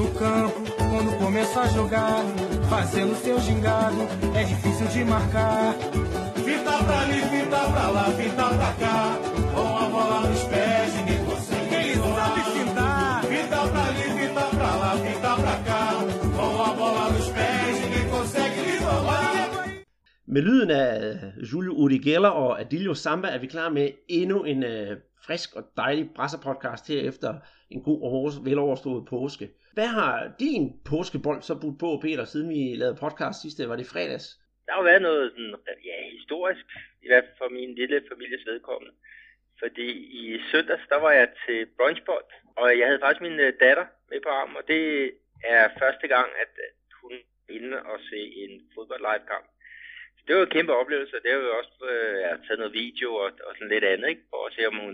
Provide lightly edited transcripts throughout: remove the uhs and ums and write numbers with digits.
no campo, quando começa a jogar, fazendo seu gingado, é difícil de marcar. Fita pra ali, fita pra lá, fita pra cá, com a bola nos pés, ninguém consegue. Ele sabe fintar. Fita pra ali, fita pra lá, fita pra cá, com a bola nos pés, ninguém consegue lhe roubar. Med lyden af Julio Uri Geller og Adilio Samba er vi klar med endnu en frisk og dejlig Brasser-podcast her efter en god og veloverstået påske. Hvad har din påskebold så budt på, Peter, siden vi lavede podcast sidste? Var det fredags? Der har været noget sådan, historisk, i hvert fald for min lille families vedkommende. Fordi i søndags, der var jeg til brunchbold, og jeg havde faktisk min datter med på armen, og det er første gang, at hun er inde og se en fodbold live-kamp. Så det var en kæmpe oplevelse, og det har jo også taget noget video og sådan lidt andet, ikke? For at se, om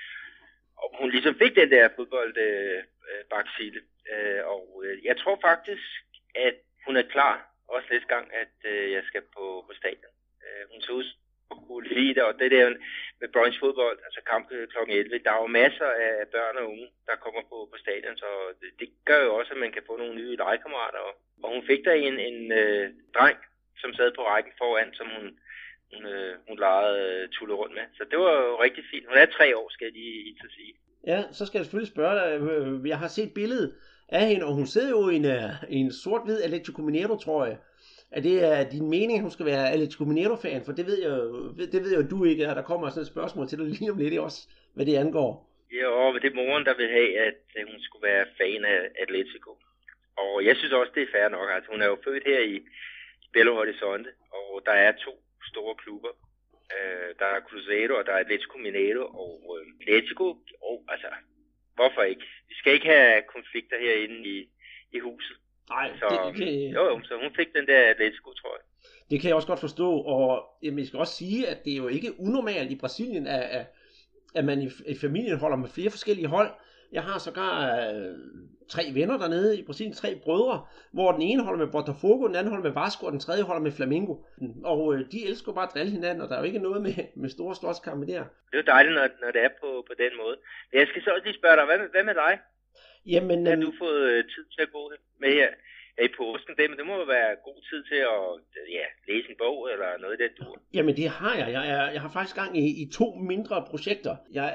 hun ligesom fik den der fodboldbaksile. Og jeg tror faktisk, at hun er klar, også næste gang, at jeg skal på stadion. Hun så ud og kunne lide det, og det der med brunchfodbold, altså kamp kl. 11, der er jo masser af børn og unge, der kommer på stadion, så det gør jo også, at man kan få nogle nye legekammerater. Og hun fik der en dreng, som sad på rækken foran, som hun legede tulle rundt med. Så det var jo rigtig fint. Hun er 3 år, skal jeg lige sige. Ja, så skal jeg selvfølgelig spørge dig. Jeg har set billedet af hende, og hun sidder jo i en sort-hvid Atletico Mineiro-trøje. Er det din mening, at hun skal være Atletico Mineiro-fan? For det ved jeg jo du ikke, og der kommer sådan et spørgsmål til dig lige om lidt også, hvad det angår. Ja, men det er moren, der vil have, at hun skulle være fan af Atletico. Og jeg synes også, det er fair nok. Altså, hun er jo født her i Belo Horizonte, og der er 2 store klubber. Der er Cruzeiro, og der er Atletico Mineiro, og Atletico, altså, hvorfor ikke? Vi skal ikke have konflikter herinde i huset. Nej, så hun fik den der Atletico, tror jeg. Det kan jeg også godt forstå, og jeg skal også sige, at det er jo ikke unormalt i Brasilien, at man i familien holder med flere forskellige hold. Jeg har sågar 3 venner dernede i Brasilien, 3 brødre, hvor den ene holder med Botafogo, den anden holder med Vasco, og den tredje holder med Flamengo. Og de elsker bare at drille hinanden, og der er jo ikke noget med store slåskampe der. Det er jo dejligt, når det er på den måde. Men jeg skal så også lige spørge dig, hvad med dig? Jamen, har du fået tid til at gå med her i påsken? Men det må jo være god tid til at læse en bog eller noget af det, du... Jamen det har jeg. Jeg har faktisk gang i 2 mindre projekter.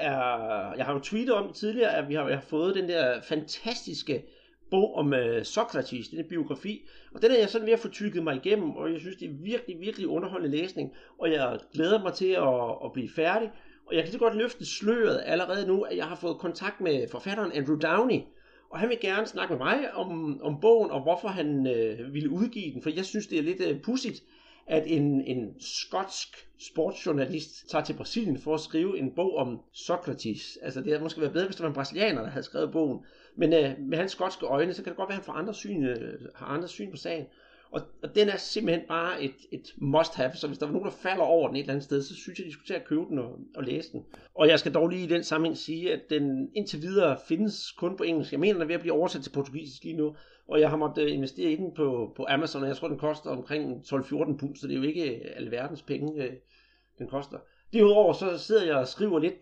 Jeg har jo tweetet om tidligere, at vi har fået den der fantastiske bog om Sokrates, den biografi. Og den er jeg sådan ved at få tykket mig igennem, og jeg synes, det er virkelig, virkelig underholdende læsning. Og jeg glæder mig til at blive færdig. Og jeg kan så godt løfte sløret allerede nu, at jeg har fået kontakt med forfatteren Andrew Downey. Og han vil gerne snakke med mig om bogen, og hvorfor han ville udgive den. For jeg synes, det er lidt pudsigt, at en skotsk sportsjournalist tager til Brasilien for at skrive en bog om Sokrates. Altså det havde måske været bedre, hvis det var en brasilianer, der havde skrevet bogen. Men med hans skotske øjne, så kan det godt være, at han har andre syn på sagen. Og den er simpelthen bare et must-have, så hvis der var nogen, der falder over den et eller andet sted, så synes jeg, de skulle til at købe den og læse den. Og jeg skal dog lige i den sammenhæng sige, at den indtil videre findes kun på engelsk. Jeg mener, den er ved at blive oversat til portugisisk lige nu, og jeg har måttet investere i den på Amazon, og jeg tror, den koster omkring 12-14 pund, så det er jo ikke alverdens penge, den koster. Derudover så sidder jeg og skriver lidt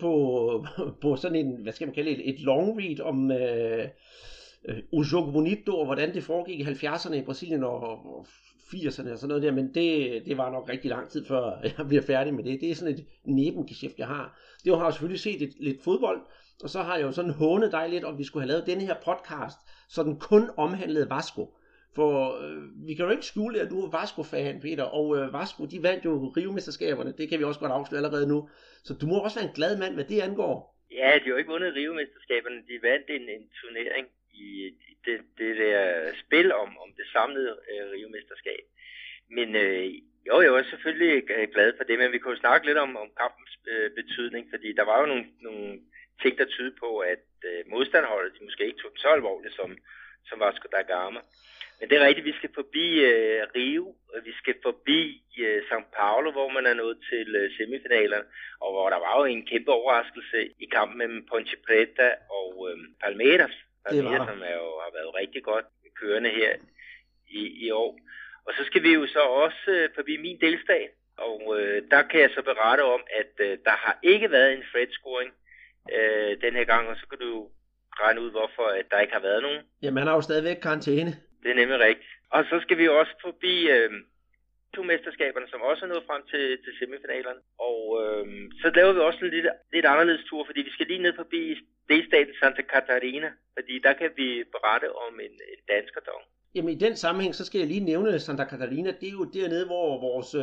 på sådan en, hvad skal man kalde et long read om... O Jogo Bonito, og hvordan det foregik i 70'erne i Brasilien og 80'erne og sådan noget der, men det var nok rigtig lang tid før jeg bliver færdig med det. Det er sådan et nebengeschæft, jeg har. Det har jeg selvfølgelig set lidt fodbold, og så har jeg jo sådan hånet dig lidt, om vi skulle have lavet denne her podcast, så den kun omhandlede Vasco. For vi kan jo ikke skjule, at du er Vasco-fan, Peter, og Vasco, de vandt jo Rio-mesterskaberne, det kan vi også godt afsløre allerede nu. Så du må også være en glad mand, hvad det angår. Ja, de har jo ikke vundet Rio-mesterskaberne, de vandt en turnering i det der spil om det samlede Rio-mesterskab. Men jeg er selvfølgelig glad for det, men vi kunne snakke lidt om kampens betydning, fordi der var jo nogle ting, der tyder på, at modstanderholdet de måske ikke tog så alvorligt som Vasco da Gama. Men det er rigtigt, vi skal forbi Rio, og vi skal forbi São Paulo, hvor man er nået til semifinalerne, og hvor der var jo en kæmpe overraskelse i kampen mellem Ponte Preta og Palmeiras. Som har været rigtig godt kørende her i år. Og så skal vi jo så også forbi min delstat, og der kan jeg så berette om, at der har ikke været en Fred-scoring den her gang, og så kan du regne ud, hvorfor der ikke har været nogen. Jamen, han har jo stadigvæk karantæne. Det er nemlig rigtigt. Og så skal vi jo også forbi to mesterskaberne, som også er nået frem til semifinalerne. Og så laver vi også en lidt anderledes tur, fordi vi skal lige ned forbi delstaten Santa Catarina, fordi der kan vi berette om en dansker dog. Jamen i den sammenhæng, så skal jeg lige nævne Santa Catarina. Det er jo dernede, hvor vores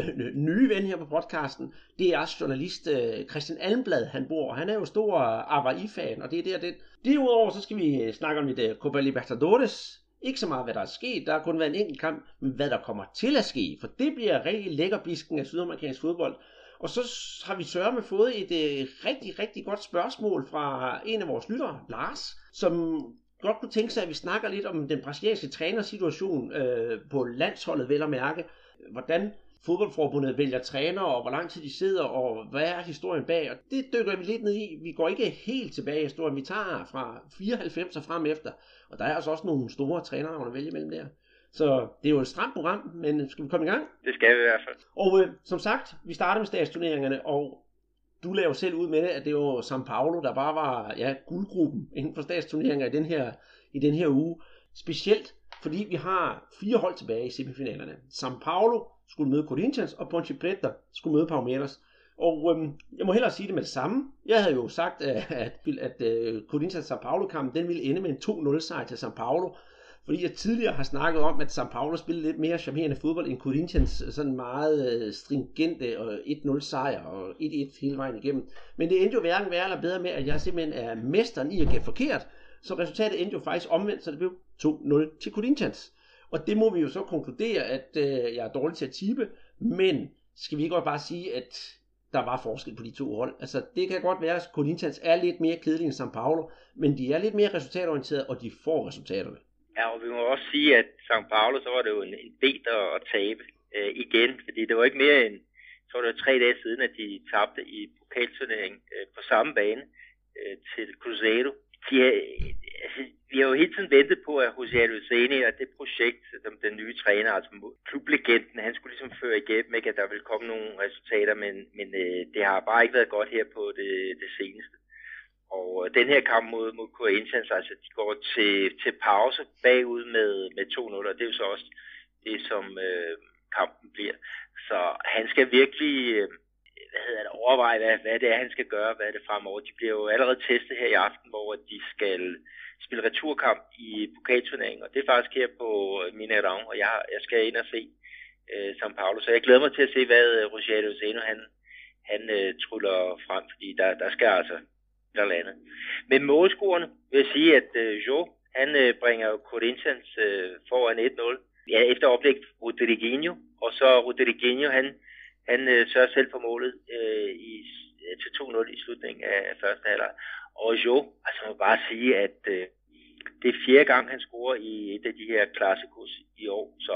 nye ven her på podcasten, det er også journalist Christian Almblad, han bor. Og han er jo stor Avaí-fan, og det er der. Derudover så skal vi snakke om lidt Copa Libertadores. Ikke så meget, hvad der er sket. Der har kun været en enkelt kamp, men hvad der kommer til at ske. For det bliver rigtig lækkerbisken af sydamerikansk fodbold. Og så har vi sørme fået et rigtig, rigtig godt spørgsmål fra en af vores lyttere, Lars, som godt kunne tænke sig, at vi snakker lidt om den brasilianske trænersituation på landsholdet, vel at mærke. Hvordan fodboldforbundet vælger træner, og hvor lang tid de sidder, og hvad er historien bag. Og det dykker vi lidt ned i. Vi går ikke helt tilbage i historien. Vi tager fra 94 og frem efter. Og der er altså også nogle store trænere, at vælge mellem der. Så det er jo et stramt program, men skal vi komme i gang? Det skal vi i hvert fald. Og som sagt, vi starter med statsturneringerne, og du laver selv ud med det, at det var São Paulo, der bare var guldgruppen inden for statsturneringer i den her uge. Specielt fordi vi har 4 hold tilbage i semifinalerne. São Paulo skulle møde Corinthians, og Ponte Preta skulle møde Palmeiras. Og jeg må hellere sige det med det samme. Jeg havde jo sagt, at Corinthians São Paulo-kampen, den ville ende med en 2-0 sejr til São Paulo. Fordi jeg tidligere har snakket om, at São Paulo spillede lidt mere charmerende fodbold end Corinthians, sådan meget stringente og 1-0 sejr og 1-1 hele vejen igennem. Men det endte jo hverken værre eller bedre med, at jeg simpelthen er mesteren i at gætte forkert. Så resultatet endte jo faktisk omvendt, så det blev 2-0 til Corinthians. Og det må vi jo så konkludere, at jeg er dårlig til at tippe, men skal vi ikke godt bare sige, at der var forskel på de to hold. Altså det kan godt være, at Corinthians er lidt mere kedelig end São Paulo, men de er lidt mere resultatorienterede, og de får resultaterne. Ja, og vi må også sige, at São Paulo, så var det jo en bed at tabe igen, fordi det var ikke mere end, så var det 3 dage siden, at de tabte i pokalturneringen på samme bane til Cruzeiro. Vi har jo hele tiden ventet på, at José Luceni og det projekt, som den nye træner, altså klublegenden, han skulle ligesom føre igennem, ikke, at der ville komme nogle resultater, men det har bare ikke været godt her på det seneste. Og den her kamp mod Corinthians, altså de går til pause bagud med 2-0, og det er jo så også det, som kampen bliver. Så han skal virkelig overveje, hvad det er, han skal gøre, hvad er det fremover. De bliver jo allerede testet her i aften, hvor de skal spille returkamp i pokalturneringen, og det er faktisk her på Mineirão, og jeg skal ind og se São Paulo. Så jeg glæder mig til at se, hvad Rogério Ceni han tryller frem, fordi der skal altså eller andet. Men målscorerne vil jeg sige, at Jo, han bringer jo Corinthians foran 1-0. Ja, efter oplæg Rodriguinho, og så Rodriguinho, han sørger selv for målet til 2-0 i slutningen af første halvleg. Og Jo, altså man må bare sige, at det er 4. gang, han scorer i et af de her klassikos i år. Så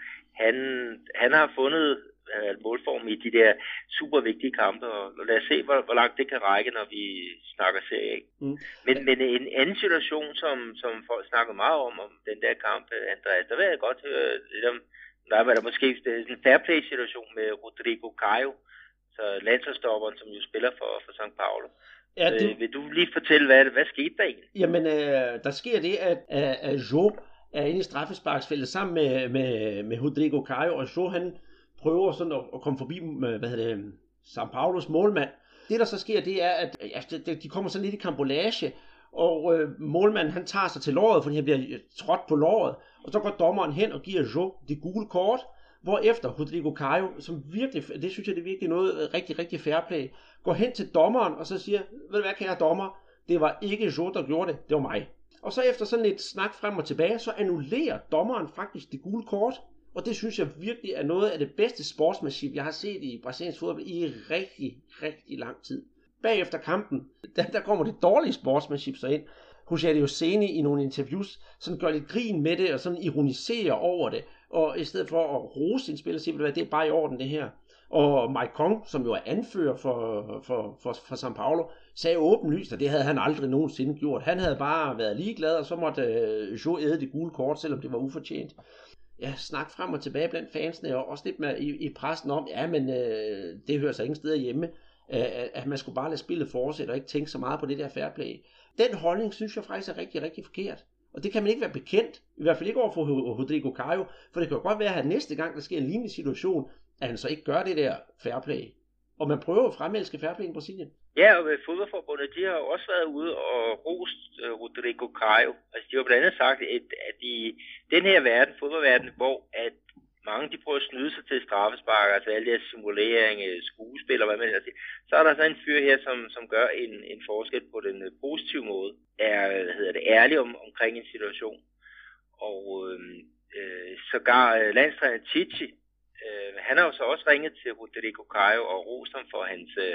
han har fundet målform i de der super vigtige kampe, og lad os se, hvor langt det kan række, når vi snakker Serie A. Men en anden situation, som folk snakker meget om den der kamp, Andreas, der vil jeg godt høre lidt om, der var der måske en fair play situation med Rodrigo Caio, så landsholdsstopperen, som jo spiller for São Paulo. Ja, vil du lige fortælle, hvad skete der egentlig? Jamen, der sker det, at Jo er inde i straffesparksfeltet sammen med Rodrigo Caio, og Jo han prøver sådan at komme forbi São Paulos målmand. Det der så sker, det er, at de kommer sådan lidt i karambolage, og målmanden han tager sig til låret, fordi han bliver trådt på låret, og så går dommeren hen og giver Jo det gule kort, hvorefter Rodrigo Caio, som virkelig, det synes jeg det er virkelig noget rigtig, rigtig fair play, går hen til dommeren og så siger, ved du hvad, kære dommer, det var ikke Jo, der gjorde det var mig. Og så efter sådan et snak frem og tilbage, så annullerer dommeren faktisk det gule kort. Og det synes jeg virkelig er noget af det bedste sportsmanship, jeg har set i brasiliansk fodbold i rigtig, rigtig lang tid. Bagefter kampen, der kommer det dårlige sportsmanship så ind. Rogério Ceni i nogle interviews sådan gør lidt grin med det og sådan ironiserer over det. Og i stedet for at rose sin spiller, siger det er bare i orden det her. Og Maicon, som jo er anfører for São Paulo, sagde åbenlyst, at det havde han aldrig nogensinde gjort. Han havde bare været ligeglad, og så måtte Jo æde det gule kort, selvom det var ufortjent. Ja, snak frem og tilbage blandt fansene, og også lidt med i pressen om, ja, men det hører sig ingen steder hjemme, at man skulle bare lade spillet fortsætte og ikke tænke så meget på det der fair play. Den holdning synes jeg faktisk er rigtig, rigtig forkert. Og det kan man ikke være bekendt, i hvert fald ikke over for Rodrigo Caio, for det kan jo godt være, at næste gang der sker en lignende situation, at han så ikke gør det der fair play. Og man prøver at fremelske fair play i Brasilien. Ja, og fodboldforbundet, de har jo også været ude og rost Rodrigo Caio. Altså, de har blandt andet sagt, at i den her verden, fodboldverden, hvor at mange de prøver at snyde sig til straffespark, altså alle de her simulering, skuespil og hvad man siger, så er der så en fyr her, som gør en forskel på den positive måde, er ærlig omkring en situation. Og sågar landstræner Tite, han har jo så også ringet til Rodrigo Caio og rost ham for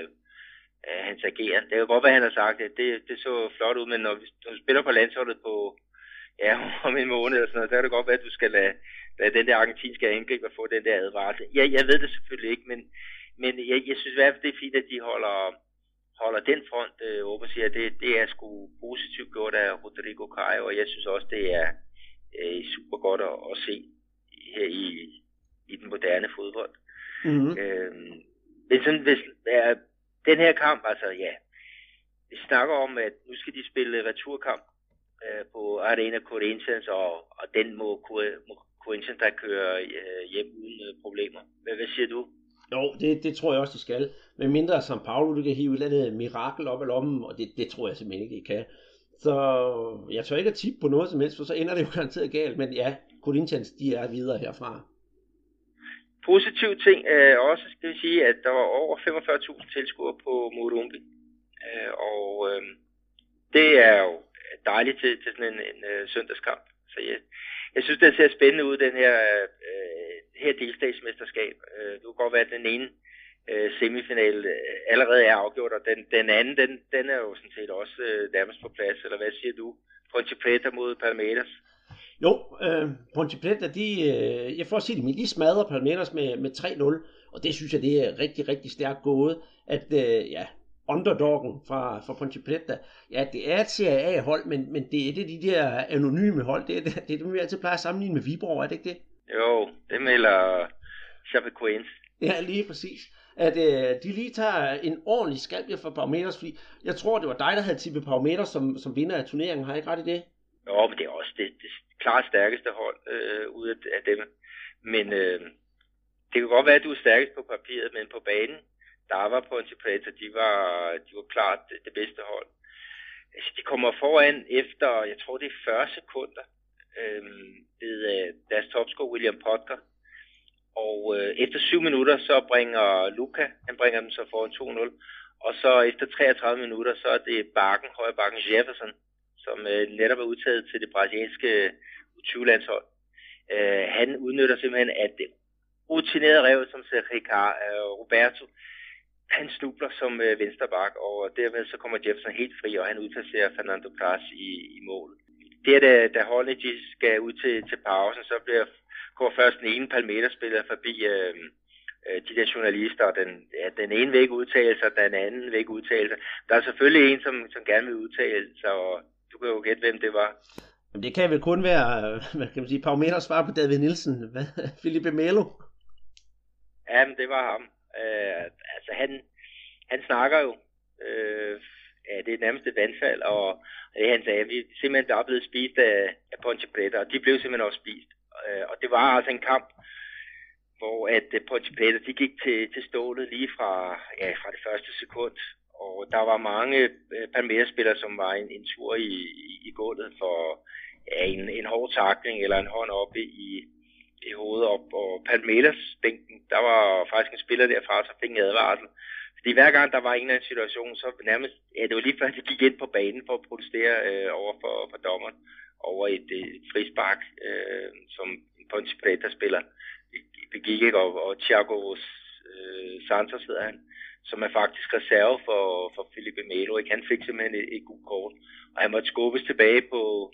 hans ageren. Det kan godt være, at han har sagt, at det så flot ud, men når du spiller på landsholdet på om en måned eller sådan noget, så kan det godt være, at du skal lade den der argentinske angriber få den der advarsel. Jeg ved det selvfølgelig ikke, men jeg synes i hvert fald, det er fint, at de holder den front åben og siger, at det er sgu positivt gjort af Rodrigo Caio, og jeg synes også, det er super godt at se her i den moderne fodbold. Mm-hmm. Men sådan, hvis den her kamp, altså ja, vi snakker om, at nu skal de spille returkamp på Arena Corinthians, og den må Corinthians der køre hjem uden problemer. Hvad siger du? Jo, det tror jeg også, de skal. Men mindre som Paulo, du kan hive et eller andet mirakel op af lommen, og det tror jeg simpelthen ikke, de kan. Så jeg tør ikke at tippe på noget som helst, for så ender det jo garanteret galt. Men ja, Corinthians, de er videre herfra. Positiv ting også, skal vi sige, at der var over 45.000 tilskuere på Morumbi. Og det er jo dejligt til sådan en søndagskamp. Så jeg synes, det ser spændende ud, den her delstatsmesterskab. Det kunne godt være, at den ene semifinal allerede er afgjort, og den anden, den er jo sådan set også nærmest på plads. Eller hvad siger du? Ponte Preta mod Palmeiras. Jo, Ponte Preta, jeg får at sige det, de smadrer Palmeiras med 3-0, og det synes jeg, det er rigtig, rigtig stærkt gået, at underdoggen fra Ponte Preta, ja, det er et Serie A-hold, men det er det de der anonyme hold, det er det, vi altid plejer at sammenligne med Viborg, er det ikke det? Jo, det melder Chapecoense. Ja, lige præcis. At de lige tager en ordentlig skalp for Palmeiras, fordi jeg tror, det var dig, der havde tippet Palmeiras som vinder af turneringen, har jeg ikke ret i det? Jo, men det er også det klart stærkeste hold ud af dem. Men det kan godt være, at du er stærkest på papiret, men på banen, der var Ponte Preta, de var klart det bedste hold. Altså, de kommer foran efter, jeg tror det er 40 sekunder, ved deres topscorer William Potker. Og efter 7 minutter, så bringer Luca, han bringer dem så foran 2-0. Og så efter 33 minutter, så er det højre bakken Jefferson, som netop er udtaget til det brasilianske U20-landshold. Han udnytter simpelthen, at det rutinerede rev, som Roberto, han snubler som vensterbak, og dermed så kommer Jefferson helt fri, og han udplacerer Fernando Plas i mål. Det er da holdene de skal ud til pausen, så går først den ene Palmeiras-spiller forbi de der journalister, og den ene vil ikke udtale sig, den anden vil ikke udtale sig. Der er selvfølgelig en, som gerne vil udtale sig, og du kan jo gætte, hvem det var. Jamen, det kan vel kun være, hvad kan man sige, Palmeiras svar på David Nielsen, Felipe Melo. Jamen, det var ham. Altså, han snakker jo, det er nærmest et vandfald, og det han sagde, vi simpelthen der er blevet spist af Ponte Preta, og de blev simpelthen også spist. Og det var altså en kamp, hvor at Ponte Preta, de gik til stålet lige fra det første sekund, og der var mange Palmeiras-spillere, som var en tur i gulvet for en hård tackling eller en hånd oppe i hovedet op, og Palmeiras-bænken, der var faktisk en spiller derfra, som fik en advarsel. Fordi hver gang der var en eller anden situation, så nærmest, det var lige før, de gik ind på banen for at protestere over for dommeren, over et frispark, som Ponte Preta-spiller begik, ikke? Og Thiago Santos hedder han, som er faktisk reserve for Felipe Melo, ikke? Han fik simpelthen et gult kort, og han måtte skubbes tilbage på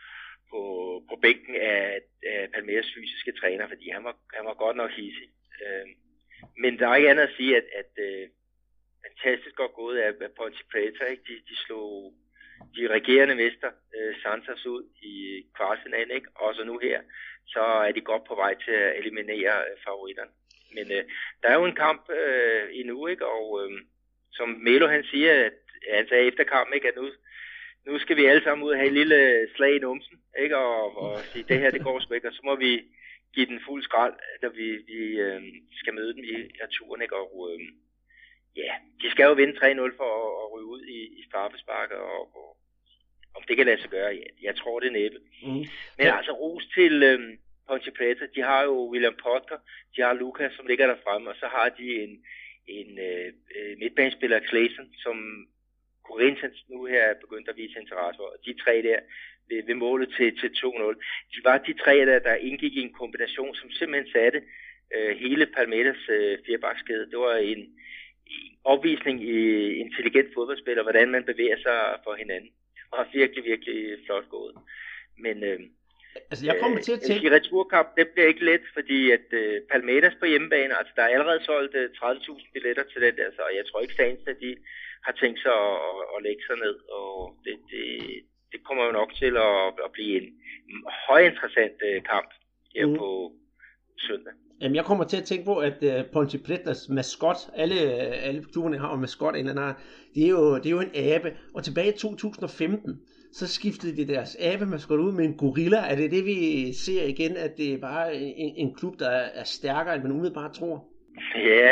bænken af Palmeiras fysiske træner, fordi han var godt nok hissig. Men der er ikke andet at sige, at fantastisk godt gået af Ponte Preta, ikke? De slog de regerende mester Santos ud i kvartfinalen, ikke? Og så nu her, så er de godt på vej til at eliminere favoritterne. Men der er jo en kamp endnu, ikke? Og som Melo han siger, at han sagde efter kampen, ikke, at nu skal vi alle sammen ud og have et lille slag i numsen, ikke, og sige, det her, det går sgu ikke, og så må vi give den fuld skrald, da vi skal møde dem i turen, ikke, og ja, de skal jo vinde 3-0 for at ryge ud i straffesparker, og om det kan lade sig gøre, jeg tror det er næppe. Men altså ros til Ponte Preta, de har jo William Potter, de har Lucas, som ligger der fremme, og så har de en midtbanespiller, Clayson, som Corinthians nu her er begyndt at vise interesse for. De tre der ved målet til 2-0. De var de tre der indgik i en kombination, som simpelthen satte hele Palmeiras firebakkskæde. Det var en opvisning i intelligent fodboldspil, og hvordan man bevæger sig for hinanden. Det var virkelig, virkelig flot gået. Men altså, jeg kommer til at tænke... I returkamp, det bliver ikke let, fordi at Palmeiras på hjemmebane, altså der er allerede solgt 30.000 billetter til den der, så jeg tror ikke sandt, at de har tænkt sig at lægge sig ned, og det kommer jo nok til at blive en højinteressant kamp her på søndag. Jamen, jeg kommer til at tænke på, at Ponte Pretas maskot, alle klubberne har en maskot af en eller anden, det er jo en abe, og tilbage i 2015, så skiftede de deres abe-maskot ud med en gorilla. Er det det, vi ser igen, at det er bare en klub, der er stærkere, end man umiddelbart tror? Ja,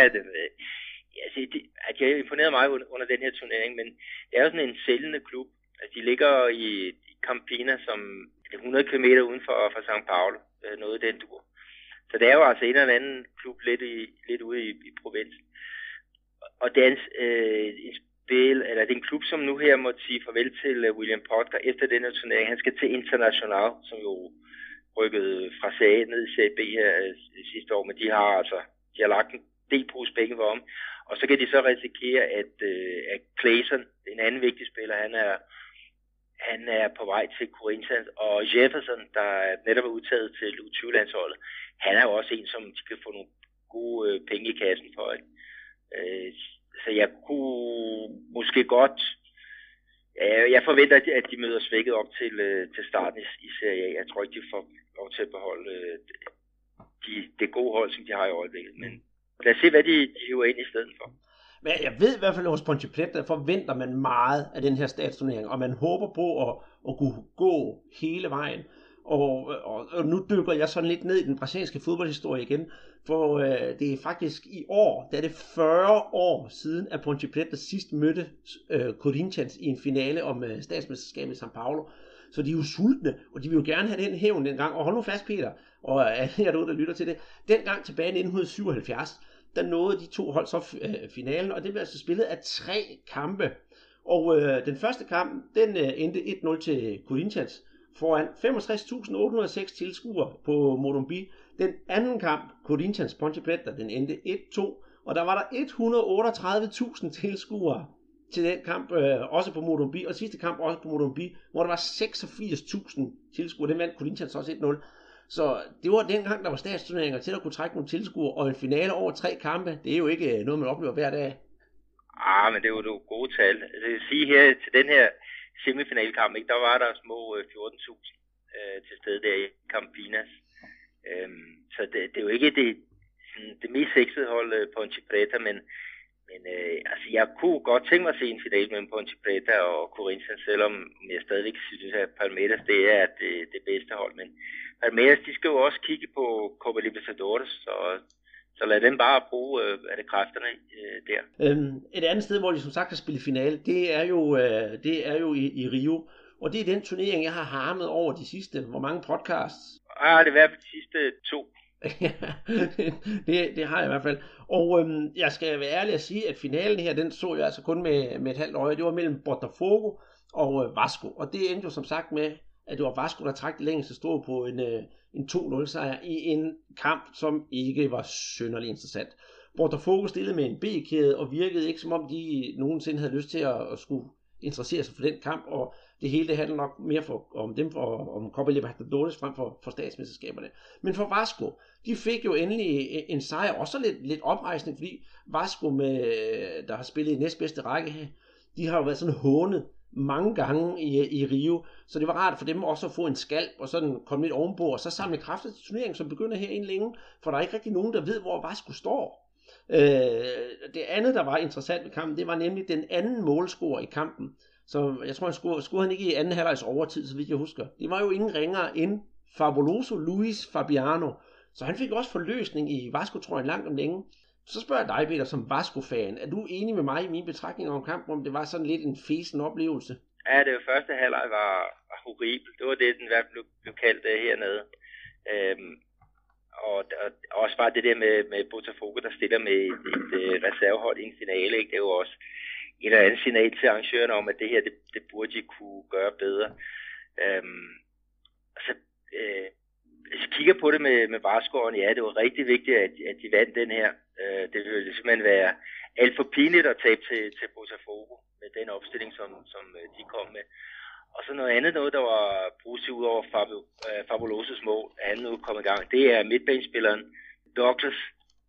jeg imponerede mig under den her turnering, men det er jo sådan en sælgende klub. Altså, de ligger i Campinas, som er 100 km uden for São Paulo, noget den dur. Så det er jo altså en eller anden klub lidt ude i provinsen. Og det er det er en klub, som nu her må sige farvel til William Potter efter denne turnering. Han skal til Internacional, som jo rykkede fra Serie A ned i Serie B her sidste år, men de har lagt en del pose penge for ham. Og så kan de så risikere, at Clayson, en anden vigtig spiller, han er på vej til Corinthians, og Jefferson, der netop er udtaget til U20-landsholdet, han er jo også en, som de kan få nogle gode penge i kassen for. Så jeg kunne måske godt... Jeg forventer, at de møder svækket op til starten i Serie A. Jeg tror ikke, de får lov til at beholde det gode hold, som de har i øjeblikket. Men lad os se, hvad de hiver ind i stedet for. Men jeg ved i hvert fald, at hos Ponte Preta forventer man meget af den her statsturnering, og man håber på at kunne gå hele vejen. Og nu dykker jeg sådan lidt ned i den brasilianske fodboldhistorie igen, for det er faktisk i år, der er det 40 år siden, at Ponte Preta sidst mødte Corinthians i en finale om statsmesterskabet i São Paulo. Så de er jo sultne, og de vil jo gerne have den hævn dengang. Og hold nu fast, Peter, og jeg derude, der lytter til det. Dengang tilbage i 1977, der nåede de to hold så finalen, og det blev altså spillet af 3 kampe. Og den første kamp, den endte 1-0 til Corinthians foran 65.806 tilskuere på Morumbi. Den anden kamp, Corinthians Ponte Preta, den endte 1-2, og der var der 138.000 tilskuere til den kamp, også på Morumbi, og sidste kamp også på Morumbi, hvor der var 86.000 tilskuere. Den vandt Corinthians også 1-0. Så det var dengang, der var statsturneringer til at kunne trække nogle tilskuere, og en finale over 3 kampe, det er jo ikke noget, man oplever hver dag. Men det er jo gode tal. Altså, jeg vil sige her til den her semifinalkamp, ikke, der var der små 14.000 til stede der i Campinas. Så det er jo ikke det mest sexede hold Ponte Preta, men altså, jeg kunne godt tænke mig at se en finale mellem Ponte Preta og Corinthians, selvom jeg stadigvæk synes, at Palmeiras det er det bedste hold. Men Palmeiras, de skal jo også kigge på Copa Libertadores, så lad dem bare bruge kræfterne der. Et andet sted, hvor de som sagt har spillet finale, det er jo i Rio. Og det er den turnering, jeg har harmet over de sidste, hvor mange podcasts? Det er i hvert fald de sidste 2. det har jeg i hvert fald. Og jeg skal være ærlig at sige, at finalen her, den så jeg altså kun med et halvt øje. Det var mellem Botafogo og Vasco. Og det endte jo som sagt med, at det var Vasco, der trak det længste strå på en 2-0 sejr i en kamp, som ikke var synderligt interessant. Botafogo stillede med en B-kæde og virkede ikke, som om de nogensinde havde lyst til at skulle interessere sig for den kamp, og det hele det handler nok mere om dem om Copa Libertadores frem for statsmesterskaberne. Men for Vasco, de fik jo endelig en sejr, også lidt oprejsende, fordi Vasco, der har spillet i næstbedste række her, de har jo været sådan hånet mange gange i Rio, så det var rart for dem også at få en skalp og sådan komme lidt ovenpå, og så samle kræfter til turneringen, som begynder her inden længe, for der er ikke rigtig nogen, der ved, hvor Vasco står. Det andet, der var interessant ved kampen, det var nemlig den anden målscorer i kampen. Så jeg tror, han scorede han ikke i anden halvlejs overtid, så vidt jeg husker. Det var jo ingen ringere end Fabuloso Luis Fabiano. Så han fik også forløsning i Vasco-trøjen langt om længe. Så spørger jeg dig, Peter, som Vasco-fan. Er du enig med mig i mine betragtninger om kampen, om det var sådan lidt en fesen oplevelse? Ja, det første halvleg var horribelt. Det var det, den i hvert fald blev kaldt hernede. Og også bare det der med Botafogo, der stiller med et reservehold i en finale. Ikke? Det er jo også et eller andet signal til arrangørerne om, at det her, det burde de kunne gøre bedre. Hvis jeg kigger på det med Varsgaard, ja, det var rigtig vigtigt, at de vandt den her. Det ville simpelthen være alt for pinligt at tabe til Botafogo med den opstilling, som de kom med. Og så noget der var positivt ud over Fabulosos mål, at han nu er kommet i gang. Det er midtbanespilleren Douglas,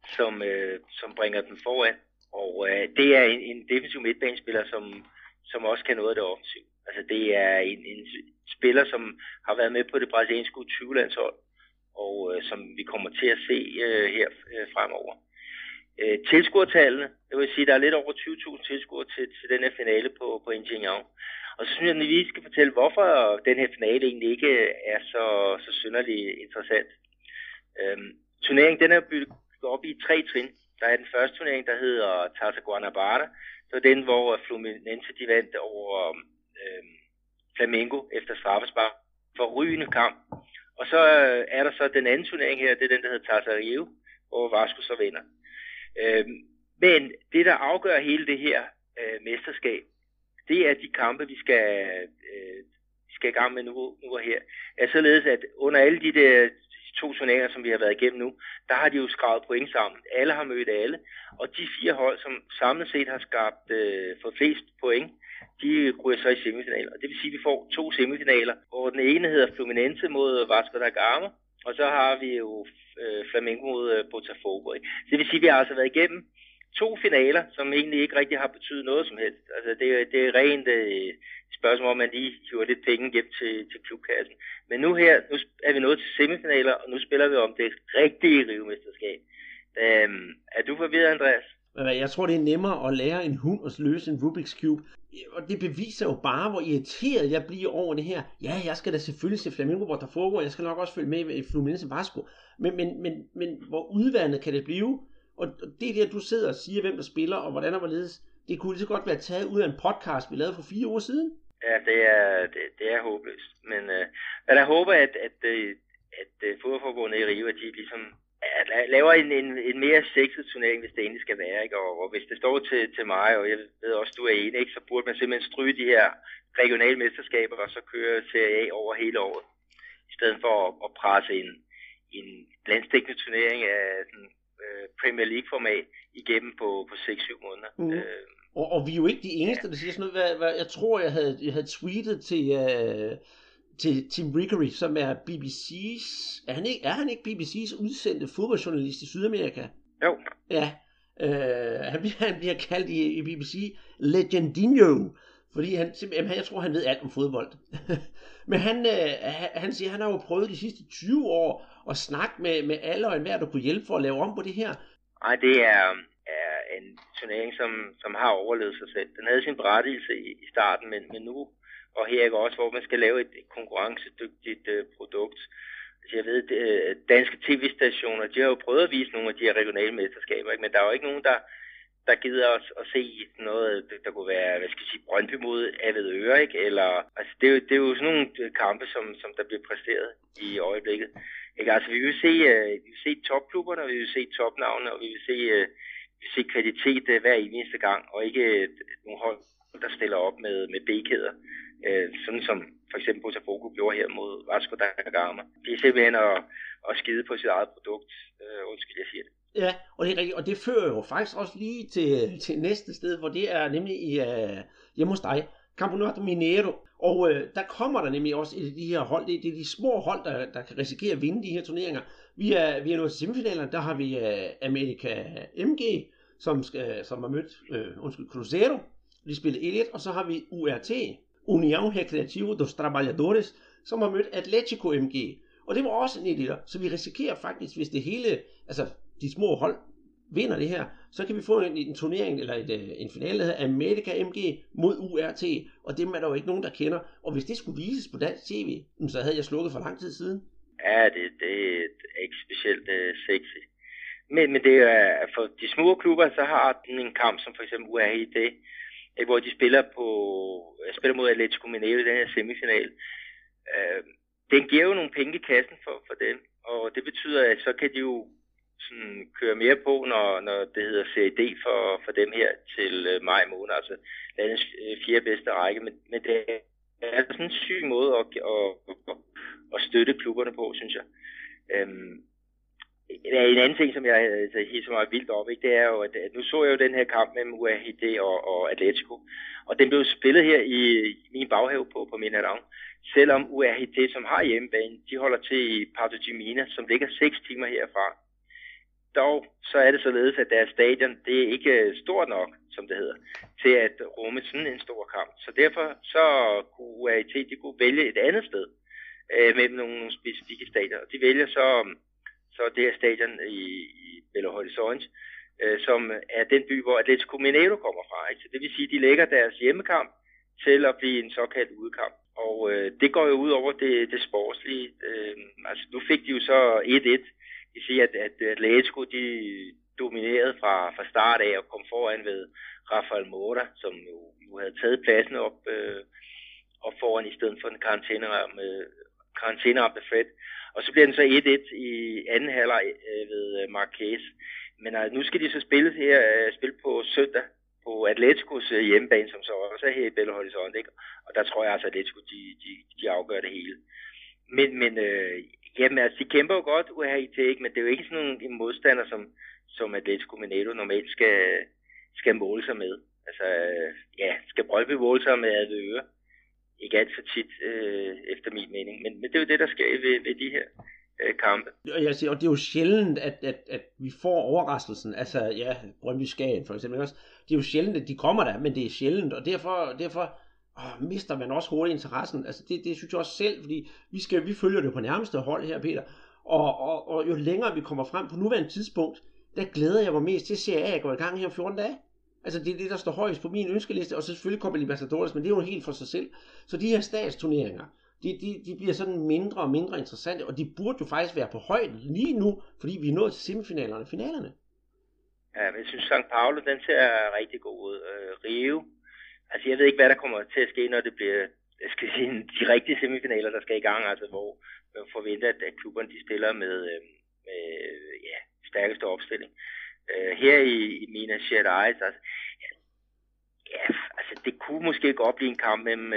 som bringer den foran. Og det er en defensiv midtbanespiller, som også kan noget af det offensiv. Altså det er en spiller, som har været med på det brasilianske U20-landshold, og som vi kommer til at se her fremover. Tilskuertallene, det vil sige, der er lidt over 20.000 tilskuere til den her finale på Engenhão. Og så synes jeg, at vi lige skal fortælle, hvorfor den her finale egentlig ikke er så synderligt interessant. Turneringen, den er bygget op i 3 trin. Der er den første turnering, der hedder Taça Guanabara. Det var den, hvor Fluminense de vandt over Flamengo efter straffespark for rygende kamp. Og så er der så den anden turnering her, det er den, der hedder Taça Rio, hvor Vasco så vinder. Men det, der afgør hele det her mesterskab, det er de kampe, vi skal i gang med nu og her. Er således, at under alle de 2 turneringer, som vi har været igennem nu, der har de jo skravet point sammen. Alle har mødt alle, og de 4 hold, som samlet set har fået flest point, de ryger så i semifinaler. Det vil sige, at vi får 2 semifinaler, hvor den ene hedder Fluminense mod Vasco da Gama, og så har vi jo Flamengo mod Botafogo. Så det vil sige, at vi har altså været igennem 2 finaler, som egentlig ikke rigtig har betydet noget som helst. Altså det er rent spørgsmål, om man lige hiver lidt penge hjem til klubkassen. Men nu er vi nået til semifinaler, og nu spiller vi om det rigtige Rio-mesterskab. Er du forvirret, Andreas? Jeg tror, det er nemmere at lære en hund at løse en Rubik's Cube. Og det beviser jo bare, hvor irriteret jeg bliver over det her. Ja, jeg skal da selvfølgelig se Flamengo Botafogo, og jeg skal nok også følge med i Fluminense Vasco. Men hvor udvandet kan det blive? Og det der, du sidder og siger, hvem der spiller, og hvordan og hvorledes, det kunne lige så godt være taget ud af en podcast, vi lavede for 4 uger siden. Ja, det er håbløst. Men jeg håber, at fodboldforbundet i Rio, at de ligesom laver en mere sexet turnering, hvis det egentlig skal være. Ikke? Og hvis det står til mig, og jeg ved også, du er enig, ikke? Så burde man simpelthen stryge de her regionale mesterskaber, og så køre Serie A over hele året. I stedet for at presse en landsdækkende turnering af sådan, Premier League-format igennem på 6-7 måneder. Og vi er jo ikke de eneste, der siger sådan noget. Jeg tror, jeg havde tweetet til Tim Rickery, som er BBC's... Er han ikke BBC's udsendte fodboldjournalist i Sydamerika? Jo. Ja. Han bliver kaldt i BBC Legendinho, fordi jeg tror, han ved alt om fodbold. Men han siger, han har jo prøvet de sidste 20 år at snakke med alle og enhver, der kunne hjælpe for at lave om på det her. Nej, det er en turnering, som har overlevet sig selv. Den havde sin berettigelse i starten, men nu og her ikke også, hvor man skal lave et konkurrencedygtigt produkt. Altså jeg ved, danske tv-stationer, de har jo prøvet at vise nogle af de her regionale mesterskaber, ikke? Men der er jo ikke nogen, der gider at se noget, der kunne være, hvad skal jeg sige, Brøndby mod Avedøre, ikke? Eller, altså det er jo sådan nogle kampe, som der bliver præsteret i øjeblikket. Ikke? Altså vi vil se topklubberne, og vi vil se topnavne, og vi vil se kvalitet hver eneste gang, og ikke nogle hold, der stiller op med B-kæder. Sådan som for eksempel Botafogo gjorde her mod Vasco da Gama. Det er simpelthen at skide på sit eget produkt, undskyld jeg siger det. Ja, og det er rigtigt, og det fører jo faktisk også lige til næste sted, hvor det er nemlig hjemme hos dig, Campeonato Mineiro. Og der kommer der nemlig også de her hold, det er de små hold, der kan risikere at vinde de her turneringer. Vi er nået til semifinalerne, der har vi America MG, som har mødt Cruzeiro, de spillede 1-1, og så har vi URT, União Recreativo dos Trabalhadores, som har mødt Atlético MG. Og det var også en 1-1'er, så vi risikerer faktisk, hvis det hele, altså de små hold, vinder det her, så kan vi få en turnering, eller en finale, der hedder America MG mod URT, og dem er der jo ikke nogen, der kender. Og hvis det skulle vises på dansk tv, så havde jeg slukket for lang tid siden. Ja, det er ikke specielt sexy. Men det er for de små klubber, så har den en kamp som for eksempel URT, hvor de spiller mod Atletico Mineiro i den her semifinal. Den giver jo nogle penge i kassen for dem, og det betyder, at så kan de jo sådan køre mere på, når det hedder Serie D for dem her til maj måned, altså landets 4. bedste række. Men det er sådan en syg måde at støtte klubberne på, synes jeg. En anden ting, som jeg hisser mig vildt op, ikke, det er jo, at nu så jeg jo den her kamp mellem UAHD og Atletico, og den blev spillet her i min baghave på Minadang. Selvom UAHD, som har hjemmebane, de holder til i Parto Jimena, som ligger 6 timer herfra. Dog så er det således, at deres stadion, det er ikke stort nok, som det hedder, til at rumme sådan en stor kamp. Så derfor så kunne UAHD, de kunne vælge et andet sted mellem nogle specifikke stadion. De vælger så det her stadion i Belo Horizonte, som er den by, hvor Atletico Mineiro kommer fra. Ikke? Så det vil sige, at de lægger deres hjemmekamp til at blive en såkaldt udekamp. Og det går jo ud over det sportslige. Altså nu fik de jo så 1-1. Det siger, at Atletico de dominerede fra start af og kom foran ved Rafael Mora, som jo havde taget pladsen op foran i stedet for en karantæneramte Fred. Og så bliver den så 1-1 i anden halvleg ved Marquez. Men nu skal de så spille på søndag på Atleticos hjemmebane, som så også er her i Belo Horizonte, ikke? Og der tror jeg altså, at Atletico de afgør det hele. Men jamen, altså, de kæmper jo godt UAHT, ikke? Men det er jo ikke sådan en modstander, som Atletico Mineiro normalt skal måle sig med. Altså, skal Brøndby måle sig med Avedøre. Ikke alt for tit, efter min mening. Men det er jo det, der sker ved de her kampe. Jeg siger, og det er jo sjældent, at vi får overraskelsen. Altså, ja, Brøndby Skagen for eksempel også. Det er jo sjældent, at de kommer der, men det er sjældent. Og derfor mister man også hurtigt interessen. Altså, det synes jeg også selv, fordi vi følger det på nærmeste hold her, Peter. Og jo længere vi kommer frem på nuværende tidspunkt, der glæder jeg mig mest til at se, at jeg går i gang her om 14 dage. Altså det er det, der står højst på min ønskeliste, og så selvfølgelig Copa Libertadores, men det er jo helt for sig selv. Så de her statsturneringer, de bliver sådan mindre og mindre interessante, og de burde jo faktisk være på højden lige nu, fordi vi er nået til semifinalerne og finalerne. Ja, men jeg synes, São Paulo, den ser rigtig god ud. Rio, altså jeg ved ikke, hvad der kommer til at ske, når det bliver, de rigtige semifinaler, der skal i gang, altså hvor man forventer, at klubberne de spiller med stærkeste opstilling. Her i Minas Gerais, altså det kunne måske godt blive en kamp mellem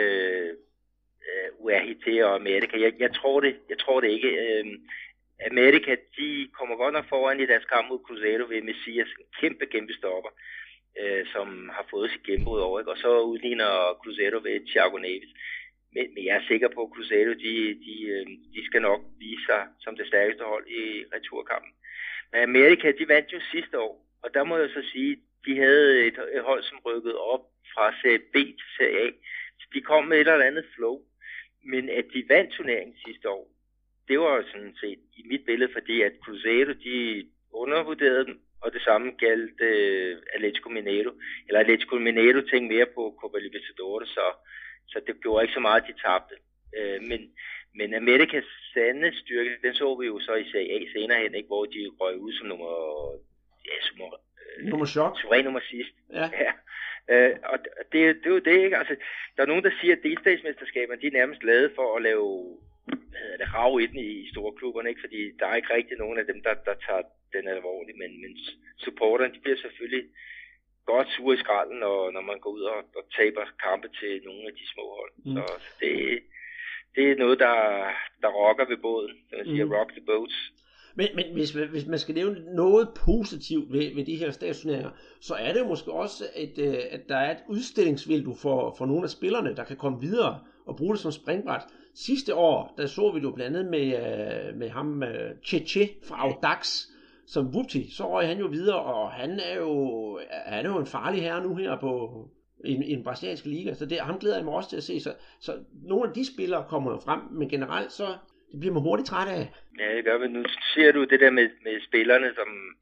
URT og America. Jeg tror det ikke. America, de kommer godt nok foran i deres kamp mod Cruzeiro ved Messias, en kæmpe stopper, som har fået sit gennembrud over, ikke? Og så udligner Cruzeiro ved Thiago Neves. Men jeg er sikker på, at Cruzeiro, de skal nok vise sig som det stærkeste hold i returkampen. Men America, de vandt jo sidste år, og der må jeg så sige, de havde et hold, som rykkede op fra Serie B til Serie A. Så de kom med et eller andet flow. Men at de vandt turneringen sidste år, det var sådan set i mit billede, fordi at Cruzeiro, de undervurderede dem, og det samme galt Atletico Mineiro. Eller Atletico Mineiro tænkte mere på Copa Libertadores, så det gjorde ikke så meget, at de tabte. Men Amerikas sande styrke, den så vi jo så i Serie A senere hen, ikke, hvor de røg ud som nummer sidst. Ja. Og det er jo det, ikke? Altså, der er nogen, der siger, at delstatsmesterskaberne, de er nærmest lavet for at lave rav i den i store klubberne, ikke? Fordi der er ikke rigtig nogen af dem, der tager den alvorligt, men supporterne, de bliver selvfølgelig godt sure i skralden, når man går ud og taber kampe til nogle af de små hold. Så det er noget, der rokker ved båden. Man siger rock the boats. Men hvis man skal nævne noget positivt ved de her statsturneringer, så er det jo måske også, at der er et udstillingsvindue for nogle af spillerne, der kan komme videre og bruge det som springbræt. Sidste år, der så vi det jo blandt andet med ham, Cheche fra Audax, som Vupti, så røg han jo videre, og han er jo en farlig herre nu her i den brasilianske liga, så ham glæder jeg mig også til at se. Så nogle af de spillere kommer jo frem, men generelt så det bliver man hurtigt træt af. Ja, det gør vi. Nu ser du det der med spillerne,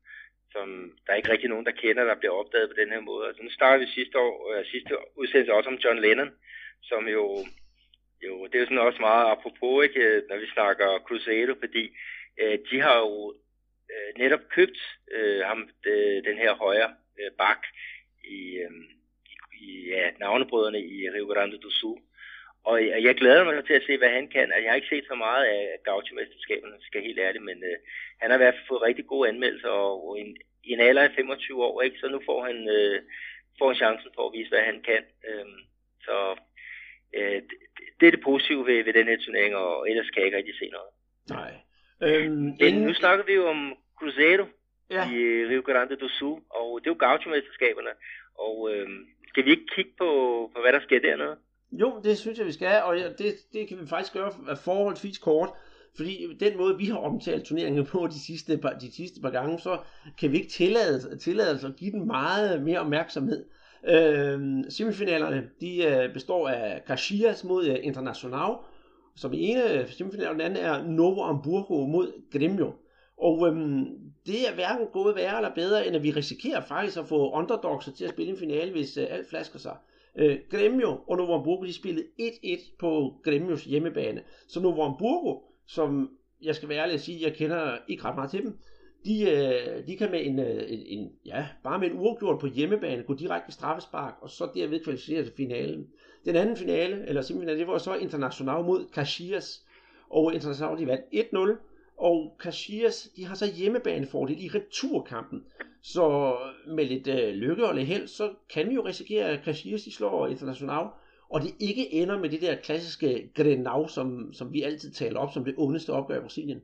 som der er ikke rigtig nogen, der kender, der bliver opdaget på den her måde. Altså, nu startede vi sidste udsendelse også om John Lennon, som jo, det er jo sådan også meget apropos, ikke, når vi snakker Cruzeiro, fordi de har jo netop købt den her højre bak i navnebrødrene i Rio Grande do Sul. Og jeg glæder mig til at se, hvad han kan. Altså, jeg har ikke set så meget af Gaucho-mesterskaberne, skal helt ærligt, men han har i hvert fald fået rigtig gode anmeldelser, og i en alder af 25 år, ikke? Så nu får han chancen for at vise, hvad han kan. Så det er det positive ved den her turnering, og ellers kan jeg ikke rigtig se noget. Nej. Men nu snakker vi jo om Cruzeiro i Rio Grande do Sul, og det er jo Gaucho-mesterskaberne, og skal vi ikke kigge på hvad der sker dernede? Jo, det synes jeg, vi skal, og det kan vi faktisk gøre forholdsvis kort, fordi den måde, vi har omtalt turneringen på de sidste par gange, så kan vi ikke tillade os at give den meget mere opmærksomhed. Semifinalerne, de består af Caxias mod Internacional, som ene semifinal, og den anden er Novo Hamburgo mod Grêmio. Og det er hverken gået værre eller bedre, end at vi risikerer faktisk at få underdogser til at spille en finale, hvis alt flasker sig. Grêmio og Novo Hamburgo, de spillede 1-1 på Grêmios hjemmebane. Så Novo Hamburgo, som jeg skal være ærlig at sige, jeg kender ikke ret meget til dem, de kan med bare med en uafgjort på hjemmebane gå direkte straffespark, og så derved kvalificere til finalen. Den anden finale, eller semifinale, det var så Internacional mod Caxias, og Internacional de vandt 1-0, og Caxias, de har så hjemmebanefordel i returkampen. Så med lidt lykke og lidt held, så kan vi jo risikere, at Caxias de slår Internacional, og det ikke ender med det der klassiske Grenau, som vi altid taler op som det ondeste opgør i Brasilien.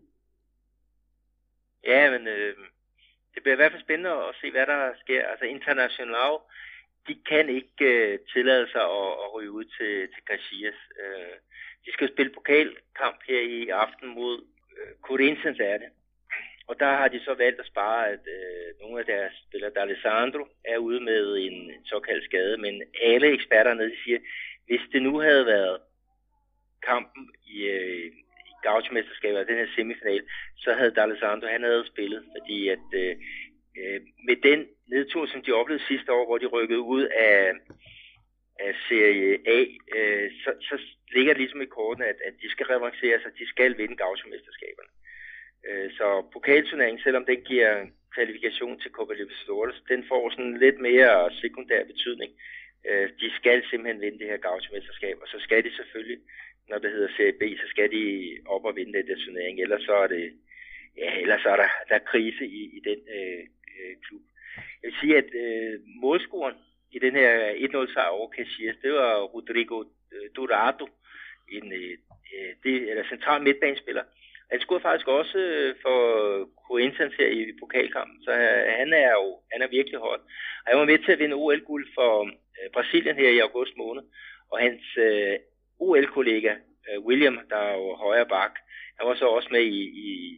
Ja, men det bliver i hvert fald spændende at se, hvad der sker. Altså Internacional, de kan ikke tillade sig at ryge ud til Caxias. De skal spille pokalkamp her i aften mod Corinthians er det. Og der har de så valgt at spare, at nogle af deres spillere, D'Alessandro, er ude med en såkaldt skade. Men alle eksperterne siger, hvis det nu havde været kampen i Gaucho-mesterskabet, den her semifinal, så havde D'Alessandro, han havde spillet. Fordi at med den nedtur, som de oplevede sidste år, hvor de rykkede ud af Serie A, så ligger det ligesom i korten, at de skal revancere sig, de skal vinde Gaucho-mesterskaberne. Så pokalturneringen, selvom den giver kvalifikation til Copa Libertadores, den får sådan lidt mere sekundær betydning. De skal simpelthen vinde det her Gaucho-mesterskab, og så skal de selvfølgelig, når det hedder Serie B, så skal de op og vinde den turnering. Ellers så er der krise i den klub. Jeg vil sige, at målscoren i den her 1-0 sejr over Caxias, det var Rodrigo Dorado, en central midtbanespiller. Han scorede faktisk også for Corinthians her i pokalkampen, så han er virkelig højt. Han var med til at vinde OL-guld for Brasilien her i august måned, og hans OL-kollega William, der er jo højre bak, han var så også med i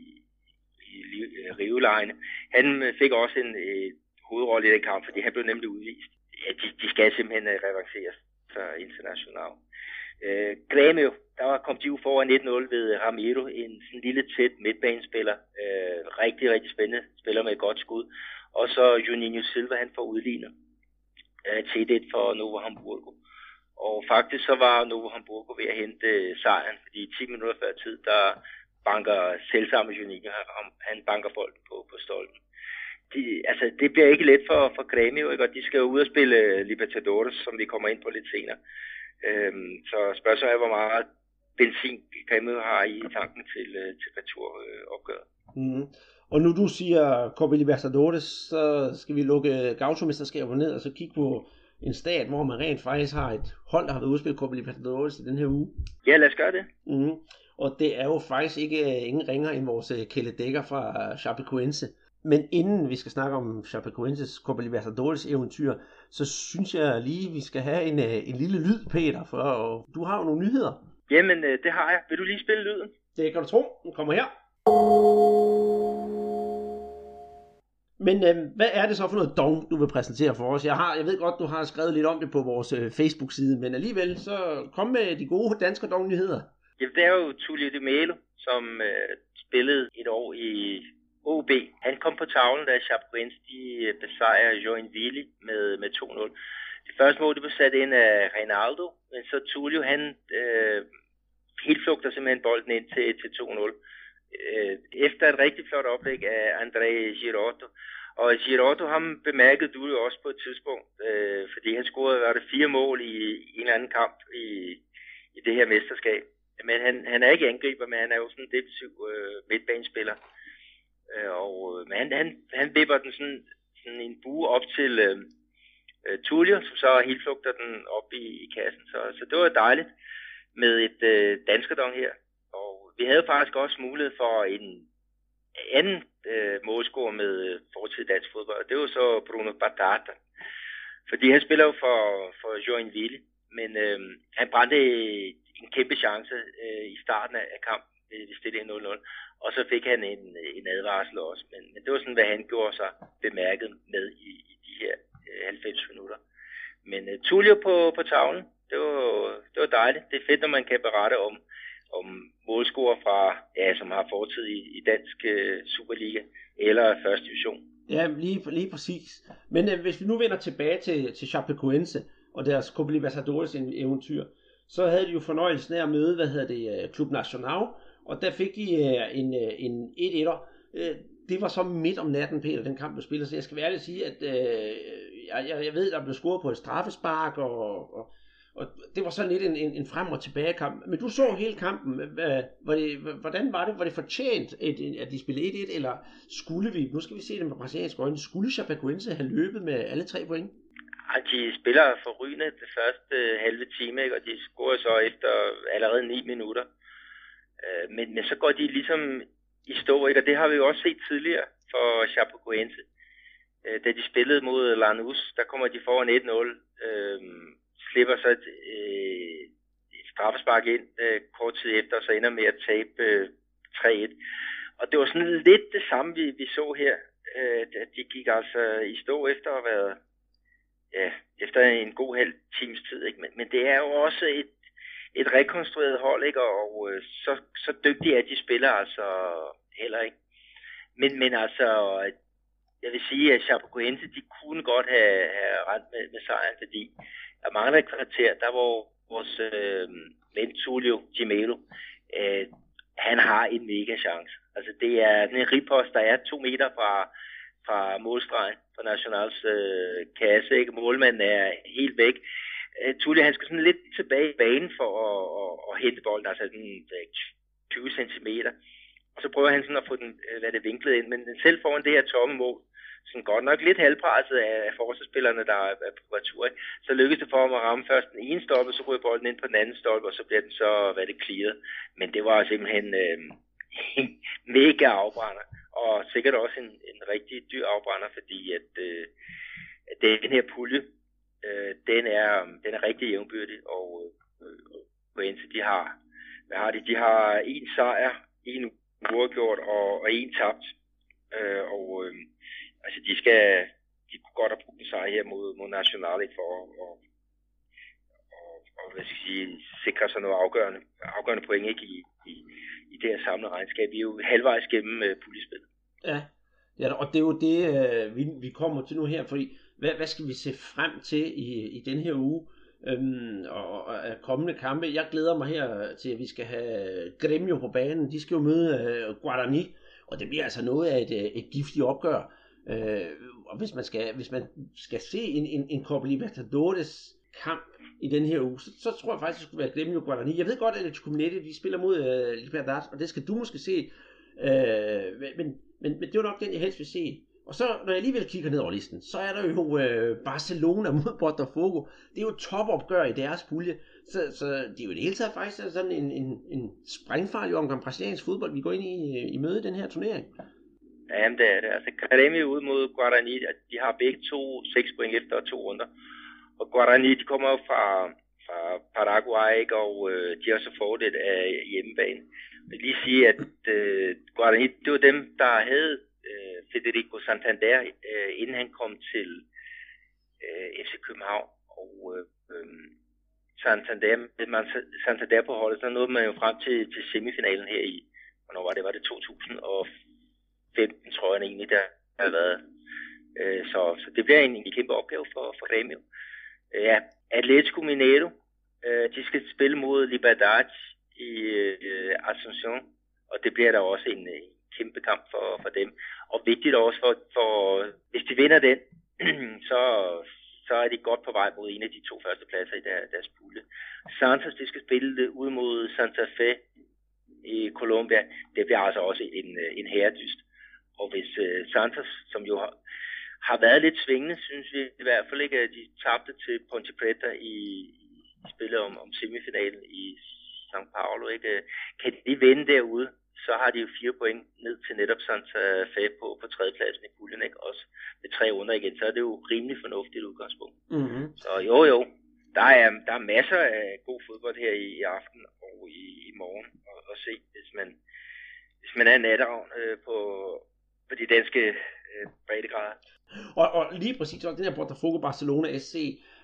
Rio-lejene. Han fik også en hovedrolle i den kamp, fordi han blev nemlig udvist. Ja, de skal simpelthen revanceres så Internacional. Grêmio, der kom de jo foran 1-0 ved Ramiro, en sådan lille tæt midtbanespiller. Rigtig, rigtig spændende spiller med et godt skud. Og så Juninho Silva, han får udlignet til 1 for Novo Hamburgo. Og faktisk så var Novo Hamburgo ved at hente sejren, fordi 10 minutter før tid, der banker selvsamme Juninho, han banker folk på stolpen. Det bliver ikke let for Grêmio, ikke? Og de skal jo ud og spille Libertadores, som vi kommer ind på lidt senere. Så spørgsmålet er, hvor meget benzin Grêmio har i tanken til returopgøret. Og nu du siger Copa Libertadores, så skal vi lukke Gaucho-mesterskaber ned og så kigge på en stat, hvor man rent faktisk har et hold, der har været udspillet Copa Libertadores i den her uge. Ja, lad os gøre det. Og det er jo faktisk ingen ringer end vores Kelle Dækker fra Chapecoense. Men inden vi skal snakke om Chapecoenses Copa Libertadores eventyr, så synes jeg lige, vi skal have en lille lyd, Peter, for du har jo nogle nyheder. Jamen, det har jeg. Vil du lige spille lyden? Det kan du tro. Den kommer her. Men hvad er det så for noget dong, du vil præsentere for os? Jeg ved godt, du har skrevet lidt om det på vores Facebook-side, men alligevel, så kom med de gode danske dong-nyheder. Jamen, det er jo Tulio de Melo, som spillede et år i OB. Han kom på tavlen, da Chapecoense de besejrer Joinville med 2-0. Det første mål, det blev sat ind af Reinaldo, men så Tullio, han helt flugter simpelthen bolden ind til 2-0. Efter et rigtig flot oplæg af André Girotto. Og Girotto, ham bemærkede du jo også på et tidspunkt, fordi han scorede, var det 4 mål i en eller anden kamp i det her mesterskab. Men han er ikke angriber, men han er jo sådan en defensiv midtbanespiller. Men han vipper den sådan en bue op til Tullio, som så helt flugter den op i kassen. Så det var dejligt med et danskerdom her. Og vi havde faktisk også mulighed for en anden målscorer med fortid i dansk fodbold, og det var så Bruno Batata. Fordi han spiller jo for Joinville, men han brændte en kæmpe chance i starten af kampen, ved stillingen 0-0, og så fik han en advarsel også. Men det var sådan, hvad han gjorde sig bemærket med i de her 90 minutter. Men Tullio på tavlen, det var dejligt. Det er fedt, når man kan berette om målscorer som har fortid i dansk Superliga eller første division. Ja, lige præcis. Men hvis vi nu vender tilbage til Chapecoense og deres Copa Libertadores eventyr, så havde de jo fornøjelsen af at møde, Club Nacional, og der fik de en 1-1'er. Det var så midt om natten, Peter, den kamp, du spiller, så jeg skal være ærlig at sige, at jeg ved, der blev scoret på et straffespark, og det var sådan lidt en frem- og tilbagekamp. Men du så hele kampen. Hvordan var det? Var det fortjent, at de spillede 1-1, eller skulle vi, nu skal vi se det med brasilianske øjne, skulle Chapecoense have løbet med alle 3 point? De spiller forrygende det første halve time, ikke? Og de scorer så efter allerede 9 minutter. Men så går de ligesom i stå, ikke? Og det har vi jo også set tidligere for Chapecoense. Da de spillede mod Lanús, der kommer de foran 1-0, slipper så et straffespark ind kort tid efter, og så ender med at tabe 3-1. Og det var sådan lidt det samme, vi så her. De gik altså i stå efter at have været efter en god halv times tid, ikke? Men det er jo også et rekonstrueret hold, ikke? Og så dygtige er de spiller altså heller ikke. Men altså, jeg vil sige, at Chapecoense, de kunne godt have rent med sejren, fordi der mangler et kvarter, der var vores ven Tullio Gimelo, han har en mega chance. Altså det er en ripost, der er 2 meter fra målstregen på Nationals kasse, ikke? Målmanden er helt væk. Tullio, han skal sådan lidt tilbage i banen for at hente bolden, altså sådan 20 centimeter. Og så prøver han sådan at få den vinklet ind, men selv foran det her tomme mål, sådan godt nok lidt halvpresset af forsvarsspillerne, der er på retur, så lykkes det for ham at ramme først den ene stolpe, så ryger bolden ind på den anden stolpe, og så bliver den så, clearet. Men det var simpelthen en mega afbrænder, og sikkert også en rigtig dyr afbrænder, fordi at den her pulje, den er rigtig jævnbyrdig, og Coense, de har, hvad har de? De har 1 sejr, 1 uafgjort og 1 tabt, altså de kunne godt have brugt en sejr her mod Nacional for at hvad skal jeg sige, sikre sig noget afgørende point, ikke i det her samlede regnskab. Vi er jo halvvejs gennem puljespillet. Ja, og det er jo det, vi kommer til nu her, fordi hvad skal vi se frem til i den her uge og kommende kampe? Jeg glæder mig her til, at vi skal have Grêmio på banen. De skal jo møde Guarani, og det bliver altså noget af et giftigt opgør. Og hvis man skal se en Copa Libertadores kamp i den her uge, så tror jeg faktisk, det skulle være Grêmio Guarani. Jeg ved godt, at Atlético Mineiro, de spiller mod Libertad, og det skal du måske se. Men det er jo nok den, jeg helst vil se. Og så, når jeg alligevel kigger ned over listen, så er der jo Barcelona mod Botafogo. Det er jo topopgør i deres pulje. Så det er jo i det hele taget faktisk sådan en sprængfarlig omgang brasiliansk fodbold, vi går ind i møde i den her turnering. Jamen det er det. Altså Grêmio ud mod Guarani, de har begge 6 point efter 2 runder. Og Guarani, de kommer jo fra Paraguay, ikke? Og de har så fordel af hjemmebane. Jeg vil lige sige, at Guarani, det var dem, der havde Federico Santander, inden han kom til FC København. Og Santander på holdet, så nåede man jo frem til semifinalen her i, hvornår var det? Var det 2005 15 trøjerne egentlig, der har været. Så det bliver en kæmpe opgave for Grêmio. Ja, Atlético Mineiro, de skal spille mod Libertad i Asunción, og det bliver der også en kæmpe kamp for dem. Og vigtigt også for hvis de vinder den, så er de godt på vej mod en af de 2 første pladser i deres pulje. Santos, de skal spille ud mod Santa Fe i Colombia. Det bliver altså også en herredyst. Og hvis Santos, som jo har været lidt svingende, synes vi i hvert fald ikke, at de tabte til Ponte Preta i spillet om semifinalen i São Paulo. Ikke? Kan de vinde derude, så har de jo 4 point ned til netop Santa Fe på 3. pladsen i puljen, ikke? Også med 3 runder igen, så er det jo rimelig fornuftigt udgangspunkt. Mm-hmm. Så jo, der er masser af god fodbold her i aften og i morgen at se, hvis man er natteravn på de danske breddegrader. Og lige præcis, den her Botafogo Barcelona SC,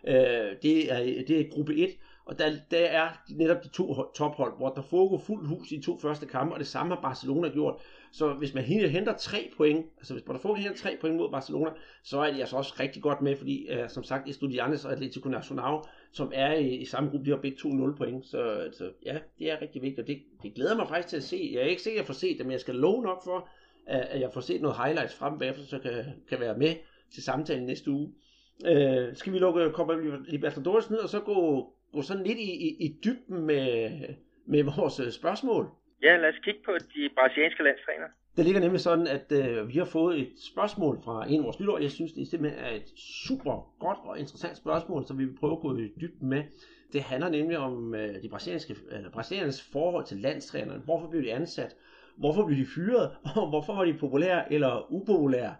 det er gruppe 1, og der er netop de 2 tophold. Botafogo fuldt hus i 2 første kampe, og det samme har Barcelona gjort. Så hvis man henter 3 point, altså hvis Botafogo henter 3 point mod Barcelona, så er de altså også rigtig godt med, fordi som sagt Estudiantes og Atlético Nacional, som er i samme gruppe, de har begge 2 0 point. Så ja, det er rigtig vigtigt, og det glæder mig faktisk til at se. Jeg er ikke sikker, at jeg får set det, men jeg skal love nok for, at jeg får set noget highlights frem bagefter, så kan være med til samtalen næste uge. Skal vi lukke Copa Libertadores ned, og så gå sådan lidt i dybden med vores spørgsmål? Ja, lad os kigge på de brasilianske landstræner. Det ligger nemlig sådan, at vi har fået et spørgsmål fra en af vores lyttere. Jeg synes, det simpelthen er et super godt og interessant spørgsmål, som vi vil prøve at gå i dybden med. Det handler nemlig om de brasilianernes forhold til landstrænerne. Hvorfor blev de ansat? Hvorfor blev de fyret? Og hvorfor var de populære eller upopulære?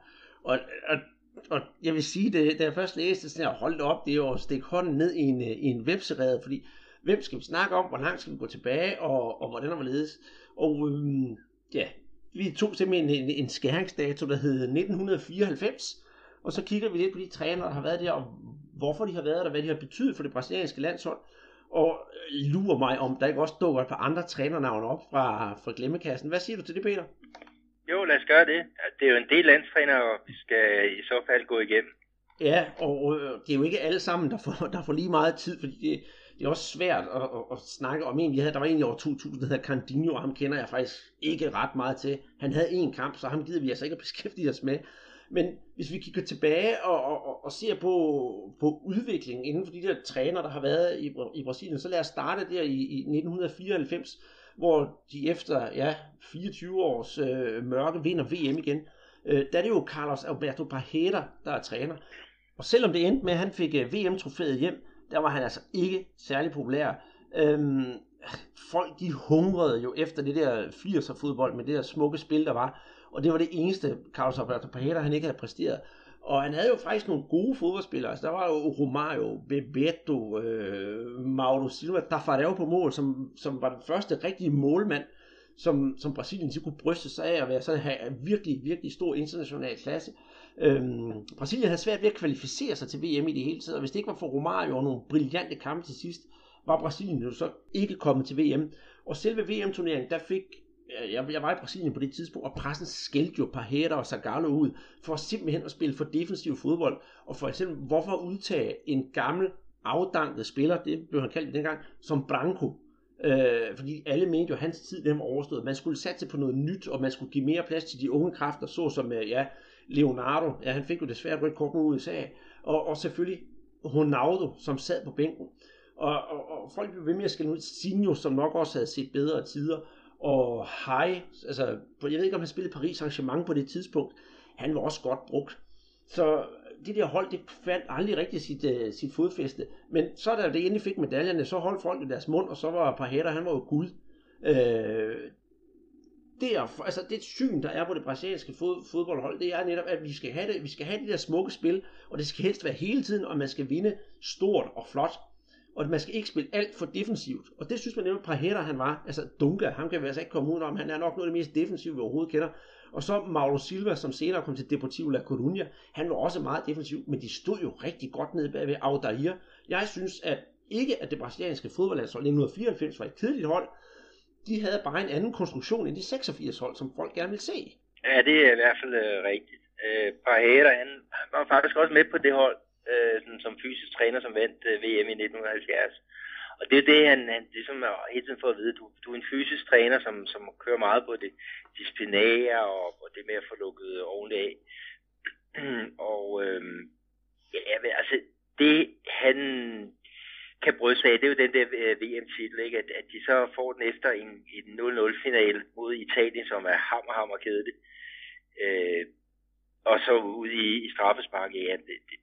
Og jeg vil sige, da jeg først læste sådan her, hold det op, det er jo at stikke hånden ned i en webserede, fordi hvem skal vi snakke om, hvor langt skal vi gå tilbage, og hvordan der var ledes. Og ja, vi tog simpelthen en skæringsdato, der hed 1994, og så kigger vi lidt på de trænere, der har været der, og hvorfor de har været der, hvad de har betydet for det brasilianske landshold, og lurer mig om, der ikke også dukker et par andre trænernavne op fra glemmekassen. Hvad siger du til det, Peter? Jo, lad os gøre det. Det er jo en del landstrænere, vi skal i så fald gå igennem. Ja, og det er jo ikke alle sammen, der får lige meget tid, fordi det er også svært at snakke om en. Der var en i år 2000, der hedder Candinho, og ham kender jeg faktisk ikke ret meget til. Han havde en kamp, så ham gider vi altså ikke at beskæftige os med. Men hvis vi kigger tilbage og ser på udviklingen inden for de der træner, der har været i Brasilien, så lad os starte der i 1994, hvor de efter 24 års mørke vinder VM igen. Der er det jo Carlos Alberto Parreira, der er træner. Og selvom det endte med, at han fik VM-trofæet hjem, der var han altså ikke særlig populær. Folk de hungrede jo efter det der 80'er fodbold med det der smukke spil, der var. Og det var det eneste, Carlos Alberto Parreira, han ikke havde præsteret. Og han havde jo faktisk nogle gode fodboldspillere. Altså, der var jo Romario, Bebeto, Mauro Silva, Tafarel på mål, som var den første rigtige målmand, som Brasilien kunne bryste sig af at være sådan her virkelig, virkelig stor international klasse. Brasilien havde svært ved at kvalificere sig til VM i det hele taget, og hvis det ikke var for Romario og nogle brillante kampe til sidst, var Brasilien jo så ikke kommet til VM. Og selve VM-turneringen, der fik jeg var i Brasilien på det tidspunkt, og pressen skældte jo Parreira og Zagallo ud for simpelthen at spille for defensiv fodbold, og for eksempel hvorfor udtage en gammel afdanket spiller, det blev han kaldt dengang, som Branco, fordi alle mente jo, at hans tid den var overstået. Man skulle satse på noget nyt, og man skulle give mere plads til de unge kræfter, såsom Leonardo, han fik jo desværre et rødt kort mod USA, og selvfølgelig Ronaldo, som sad på bænken, og folk blev ved med at skælde ud Sinjo, som nok også havde set bedre tider, og altså, jeg ved ikke, om han spillede Paris Saint-Germain på det tidspunkt, han var også godt brugt. Så det der hold, det fandt aldrig rigtig sit fodfæste. Men så da det endelig fik medaljerne, så holdt folk i deres mund, og så var Parreira, han var jo guld. Det syn, der er på det brasilianske fodboldhold, det er netop, at vi skal have det der smukke spil, og det skal helst være hele tiden, og man skal vinde stort og flot. Og man skal ikke spille alt for defensivt. Og det synes man nemlig, Parreira han var. Altså Dunga, ham kan vi altså ikke komme ud om. Han er nok noget af det mest defensive, vi overhovedet kender. Og så Mauro Silva, som senere kom til Deportivo La Coruña. Han var også meget defensiv, men de stod jo rigtig godt nede bag ved Aldair. Jeg synes at det brasilianske fodboldlandshold 1994 var et kedeligt hold. De havde bare en anden konstruktion end de 86 hold, som folk gerne ville se. Ja, det er i hvert fald rigtigt. Parreira, han var faktisk også med på det hold, sådan, som fysisk træner, som vandt VM i 1970. Og det er det, han ligesom hele tiden får at vide. Du er en fysisk træner, som kører meget på det disciplinære og det med at få lukket ordentligt af. Og altså, det han kan bryde sig af, det er jo den der VM-titel, ikke? At de så får den efter en 0-0-finale mod Italien, som er hammer kedeligt. Og så ude i straffespark, ja,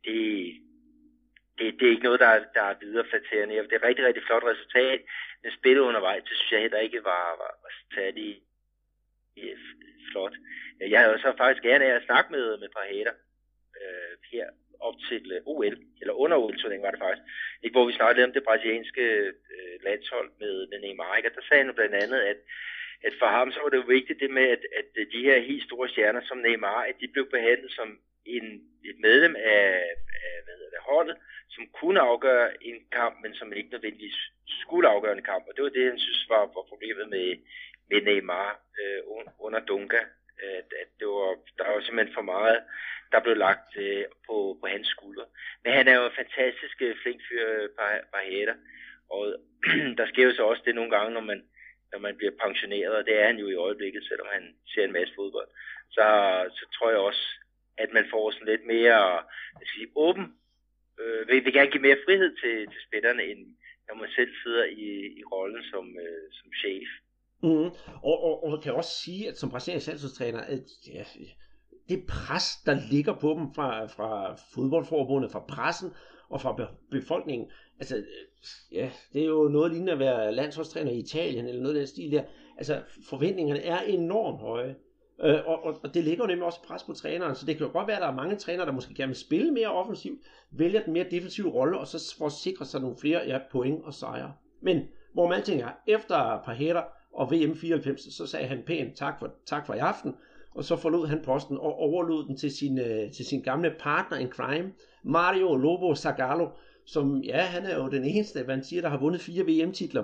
det er ikke noget, der er videre flatterende. Det er et rigtig, rigtig flot resultat. Men spillet undervejs, det synes jeg heller ikke var særlig flot. Jeg havde så faktisk gerne af at snakke med Parreira her op til OL, eller under OL-turneringen var det faktisk, ikke, hvor vi snakkede lidt om det brasilianske landshold med Neymar, ikke? Og der sagde han blandt andet, at for ham så var det jo vigtigt det med, at de her helt store stjerner som Neymar, at de blev behandlet som et medlem af holdet, som kunne afgøre en kamp, men som ikke nødvendigvis skulle afgøre en kamp. Og det var det, han synes var problemet med Neymar under Dunga. At der var simpelthen for meget, der blev lagt på hans skuldre. Men han er jo en fantastisk flink fyr, Parreira. Og der sker jo så også det nogle gange, når man bliver pensioneret, og det er han jo i øjeblikket, selvom han ser en masse fodbold. Så tror jeg også, at man får sådan lidt mere åben. Vi gerne give mere frihed til spillerne, end når man selv sidder i rollen som chef. Mm. Og man kan også sige, at som brasiliansk landsholdstræner, at det pres, der ligger på dem fra fodboldforbundet, fra pressen og fra befolkningen, altså, ja, det er jo noget lignende at være landsholdstræner i Italien, eller noget af den stil der. Altså, forventningerne er enormt høje. Og det ligger jo nemlig også pres på træneren, så det kan jo godt være, at der er mange trænere, der måske gerne vil spille mere offensivt, vælger den mere defensive rolle, og så for at sikre sig nogle flere point og sejre. Men hvor man tænker, efter Parreira og VM 94, så sagde han pænt tak for i aften, og så forlod han posten og overlod den til sin gamle partner in crime, Mario Lobo Zagallo, som, ja, han er jo den eneste, man siger, der har vundet 4 VM-titler.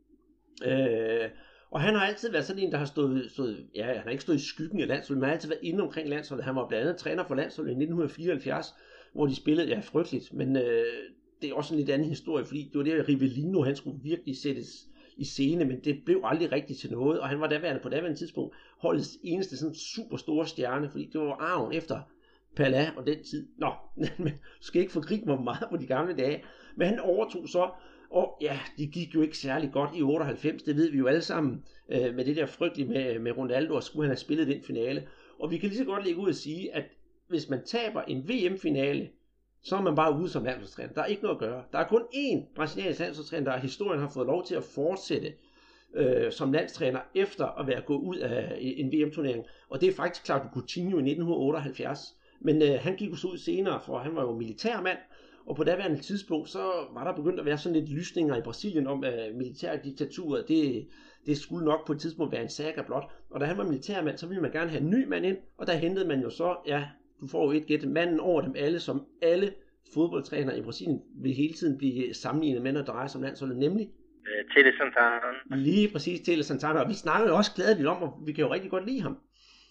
Og han har altid været sådan en, der har stået han har ikke stået i skyggen af landsholdet, men har altid været inde omkring landsholdet. Han var blandt andet træner for landsholdet i 1974, hvor de spillede, frygteligt, men det er også en lidt anden historie, fordi det var det, Rivellino, han skulle virkelig sættes i scene, men det blev aldrig rigtigt til noget, og han var på daværende tidspunkt holdets eneste sådan super store stjerne, fordi det var arven efter Pelé og den tid. Nå, men du skal ikke forgribe mig meget på de gamle dage, men han overtog så. Og ja, det gik jo ikke særlig godt i 98, det ved vi jo alle sammen, med det der frygtelige med Ronaldo, og skulle han have spillet den finale. Og vi kan lige så godt lægge ud og sige, at hvis man taber en VM-finale, så er man bare ude som landsholdstræner. Der er ikke noget at gøre. Der er kun én brasiliansk landsholdstræner, der i historien har fået lov til at fortsætte som landstræner, efter at være gået ud af en VM-turnering. Og det er faktisk Claudio Coutinho i 1978. Men han gik jo så ud senere, for han var jo militærmand. Og på daværende tidspunkt, så var der begyndt at være sådan lidt lysninger i Brasilien om, at militærdiktaturet, det skulle nok på et tidspunkt være en saga blot. Og da han var militærmand, så ville man gerne have en ny mand ind, og der hentede man jo så, du får jo et gæt, manden over dem alle, som alle fodboldtrænere i Brasilien vil hele tiden blive sammenlignet med, når det drejer sig om landsholdet, nemlig Tele Santana. Lige præcis, Tele Santana, og vi snakker jo også gladeligt om, og vi kan jo rigtig godt lide ham.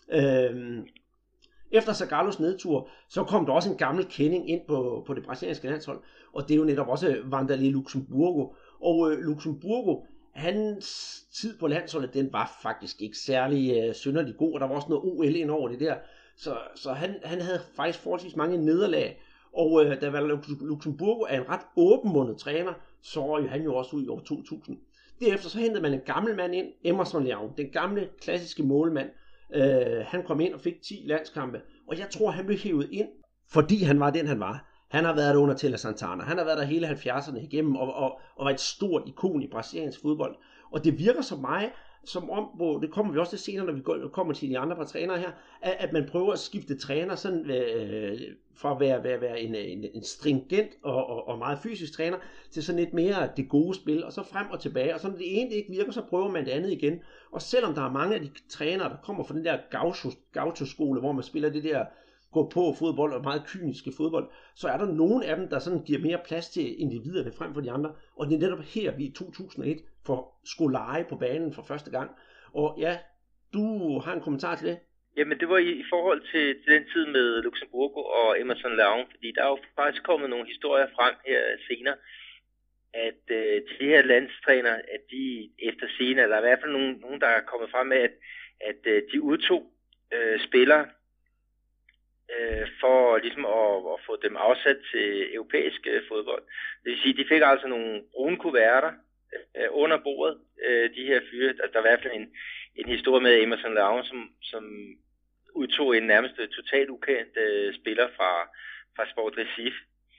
Efter Zagallos nedtur, så kom der også en gammel kending ind på det brasilianske landshold, og det er jo netop også Vanderlei Luxemburgo. Og Luxemburgo, hans tid på landsholdet, den var faktisk ikke særlig synderlig god, og der var også noget OL ind over det der, så han havde faktisk forholdsvis mange nederlag, og da Luxemburgo er en ret åbenmundet træner, så røg han jo også ud i år 2000. Derefter så hentede man en gammel mand ind, Emerson Leão, den gamle klassiske målmand. Han kom ind og fik 10 landskampe, og jeg tror, han blev hævet ind, fordi han var den, han var. Han har været der under Tele Santana, han har været der hele 70'erne igennem, og var et stort ikon i brasiliansk fodbold. Og det virker så mig, som om, hvor det kommer vi også til senere, når vi kommer til de andre par trænere her, at man prøver at skifte træner sådan, fra at være en stringent og meget fysisk træner, til sådan lidt mere det gode spil, og så frem og tilbage, og så når det ene ikke virker, så prøver man det andet igen. Og selvom der er mange af de trænere, der kommer fra den der gaucho-skole, hvor man spiller det der gå på fodbold og meget kyniske fodbold, så er der nogle af dem, der sådan giver mere plads til individerne frem for de andre, og det er netop her, vi i 2001 får Scolari på banen for første gang. Og ja, du har en kommentar til det? Jamen, det var i forhold til den tid med Luxemburgo og Emerson Laurent, fordi der er jo faktisk kommet nogle historier frem her senere, at de her landstræner, at de efter scene, eller i hvert fald nogen der er kommet frem med, at de udtog spillere for ligesom at få dem afsat til europæisk fodbold. Det vil sige, de fik altså nogle brune kuverter under bordet, de her fyre. Der er i hvert fald en historie med Emerson Laurent, som udtog en nærmest totalt ukendt spiller fra Sport Recife,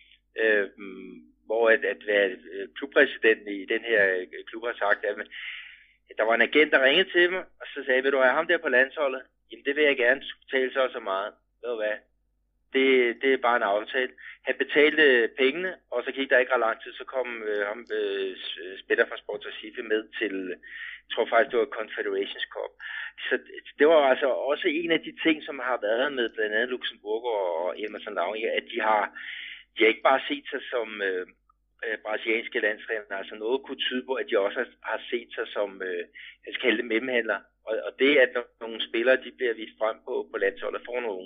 hvor at være klubpræsidenten i den her klub har sagt, at der var en agent, der ringede til mig, og så sagde, vil du have ham der på landsholdet? Jamen, det vil jeg gerne, betale så meget. Ved du hvad? Det er bare en aftale. Han betalte pengene, og så gik der ikke ret lang tid, så kom ham spiller fra Sport Recife med til, jeg tror faktisk, det var Confederations Cup. Så det var altså også en af de ting, som har været med blandt andet Luxemburgo og Emerson Laurent, at de har ikke bare set sig som brasilianske landstræner, altså noget kunne tyde på, at de også har set sig som, jeg skal kalde det mellemhandler. Og det, at nogle spillere, de bliver vist frem på landsholdet, får nogle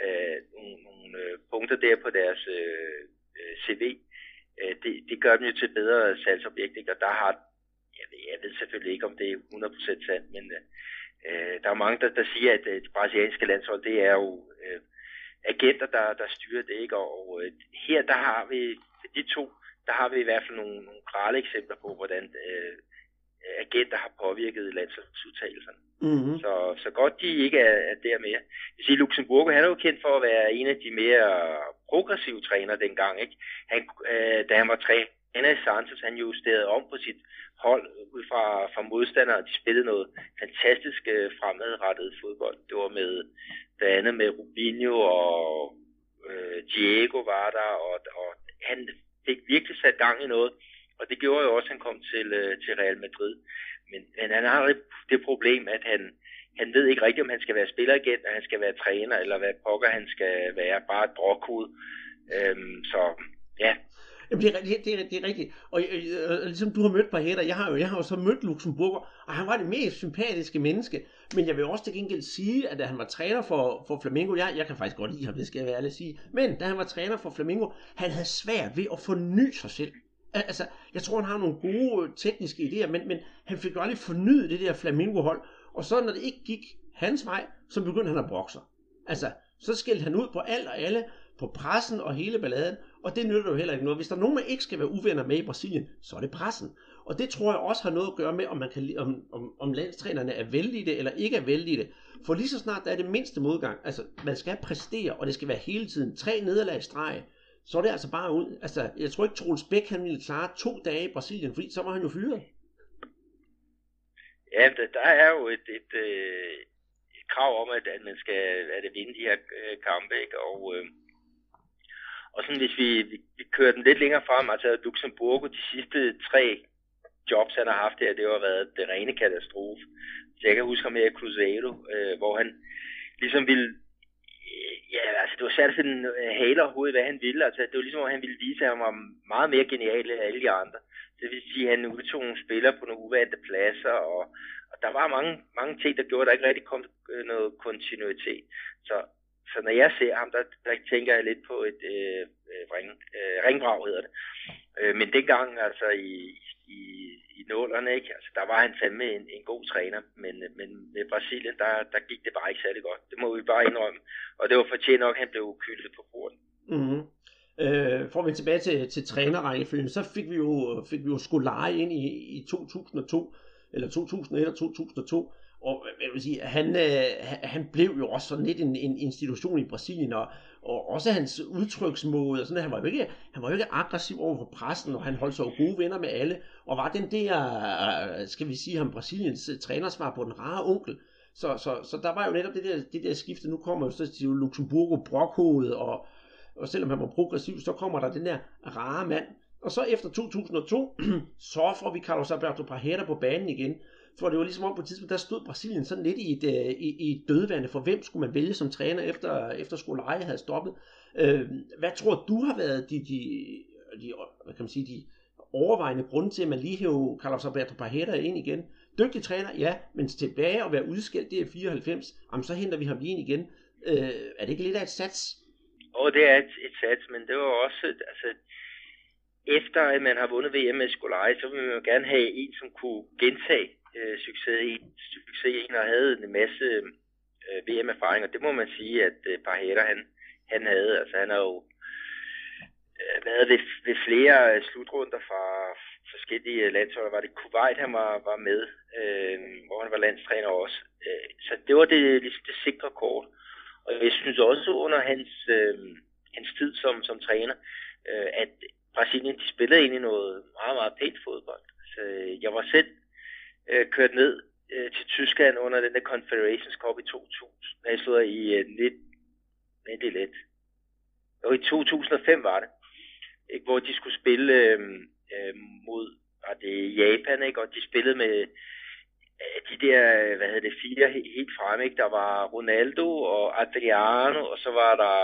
punkter der på deres CV, det gør dem jo til bedre salgsobjekt, ikke? Og der har, jeg ved selvfølgelig ikke, om det er 100% sandt, men der er mange, der siger, at det brasilianske landshold, det er jo agenter, der styrer det, ikke? Og her, der har vi, de to, der har vi i hvert fald nogle grelle eksempler på, hvordan agenter har påvirket landsholdsudtalelserne. Mm-hmm. Så godt de ikke er der mere. Jeg vil sige, Luxemburgo, han er jo kendt for at være en af de mere progressive trænere dengang, ikke? Da han var træner i Santos, han justerede om på sit hold ud fra modstandere, og de spillede noget fantastisk fremadrettet fodbold. Det var med blandt andet med Rubinho og Diego var der, og han fik virkelig sat gang i noget. Og det gjorde jo også, at han kom til Real Madrid. Men han har det problem, at han ved ikke rigtigt, om han skal være spiller igen, og han skal være træner, eller hvad pokker han skal være, bare et brokkud. Så ja. Jamen, det er rigtigt. Og ligesom du har mødt Barrera, jeg har jo så mødt Luxemburgo, og han var det mest sympatiske menneske. Men jeg vil også til gengæld sige, at da han var træner for Flamengo, jeg kan faktisk godt lide ham, det skal jeg være ærlig at sige. Men da han var træner for Flamengo, han havde svært ved at forny sig selv. Altså, jeg tror, han har nogle gode tekniske idéer, men han fik jo aldrig fornyet det der Flamengo-hold. Og så når det ikke gik hans vej, så begyndte han at brokke sig. Altså, så skældte han ud på alt og alle, på pressen og hele balladen, og det nytter jo heller ikke noget. Hvis der er nogen, man ikke skal være uvenner med i Brasilien, så er det pressen. Og det tror jeg også har noget at gøre med, om landstrænerne er vældige det, eller ikke er vældige det. For lige så snart der er det mindste modgang, altså man skal præstere, og det skal være hele tiden 3 nederlag i streg, så er det altså bare ud. Altså, jeg tror ikke, Troels Bæk, han ville klare 2 dage i Brasilien, fordi så var han jo fyret. Ja, der er jo et krav om, at man skal vinde de her kampe, ikke? Og sådan, hvis vi kører den lidt længere frem, altså Luxemburgo, de sidste 3 jobs, han har haft her, det har været det rene katastrofe. Så jeg kan huske ham her i Cruzeiro, hvor han ligesom ville, ja, altså det var svært at finde haler overhovedet, hvad han ville. Altså det var ligesom, at han ville vise, at han var meget mere genial end alle de andre. Det vil sige, at han udtog nogle spillere på nogle uvante pladser, og der var mange ting, der gjorde, at der ikke rigtig kom noget kontinuitet. Så når jeg ser ham, der tænker jeg lidt på et ringbrag, hedder det. Men dengang, altså i nålerne, ikke? Altså, der var han fandme en god træner, men med Brasilien, der gik det bare ikke særlig godt. Det må vi bare indrømme. Og det var fortjent nok, at han blev kyldet på porten. Mm-hmm. Får vi tilbage til trænerrækkefølgen, så fik vi jo Scolari ind i 2002, eller 2001 og 2002, og jeg vil sige, han blev jo også sådan lidt en institution i Brasilien, og også hans udtryksmåde, og sådan, han var jo ikke aggressiv over for pressen, og han holdt sig jo gode venner med alle, og var den der, skal vi sige ham, Brasiliens trænersvar på den rare onkel. Så der var jo netop det der skifte. Nu kommer jo så til Luxemburgo brokhovedet, og selvom han var progressiv, så kommer der den der rare mand. Og så efter 2002, så får vi Carlos Alberto Parreira på banen igen. For det var ligesom om på et tidspunkt, der stod Brasilien sådan lidt i et dødvande, for hvem skulle man vælge som træner efter Scolari havde stoppet. Hvad tror du har været de overvejende grunde til, at man lige hævde Carlos Alberto Parreira ind igen? Dygtig træner, ja, men tilbage og være udskilt, det er 94, jamen så henter vi ham lige ind igen. Er det ikke lidt af et sats? Det er et sats, men det var også, altså, efter at man har vundet VM med Scolari, så vil man jo gerne have en, som kunne gentage succesen og havde en masse VM-erfaring, og det må man sige, at Parreira, han havde. Altså han har jo været ved flere slutrunder fra forskellige landshold. Var det Kuwait, han var med, hvor han var landstræner også. Så det var ligesom det sikre kort. Og jeg synes også under hans tid som træner, at Brasilien, de spillede egentlig noget meget, meget pænt fodbold. Så jeg var selv kørt ned til Tyskland under den der Confederations Cup i 2000. Jeg stod i i 2005 var det, ikke, hvor de skulle spille mod Japan, ikke, og de spillede med de der, fire helt fremme, ikke. Der var Ronaldo og Adriano, og så var der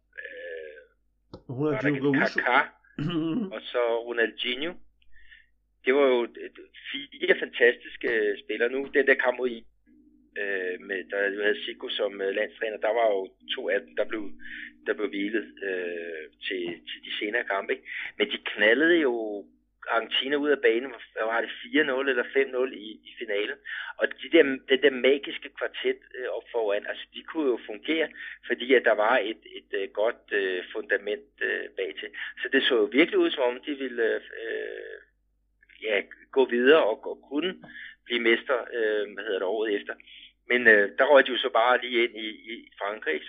Kaká, og så Ronaldinho. Det var jo fire fantastiske spillere. Nu den der kamp mod der jo havde Zico som landstræner, der var jo 2 af dem, der blev hvilet til de senere kampe, ikke? Men de knaldede jo Argentina ud af banen. Var det 4-0 eller 5-0 i finalen? Og den der magiske kvartet op foran, altså de kunne jo fungere, fordi at der var et godt fundament bag til. Så det så jo virkelig ud, som om de ville gå videre og kunne blive mester året efter. Men der røg de jo så bare lige ind i Frankrig,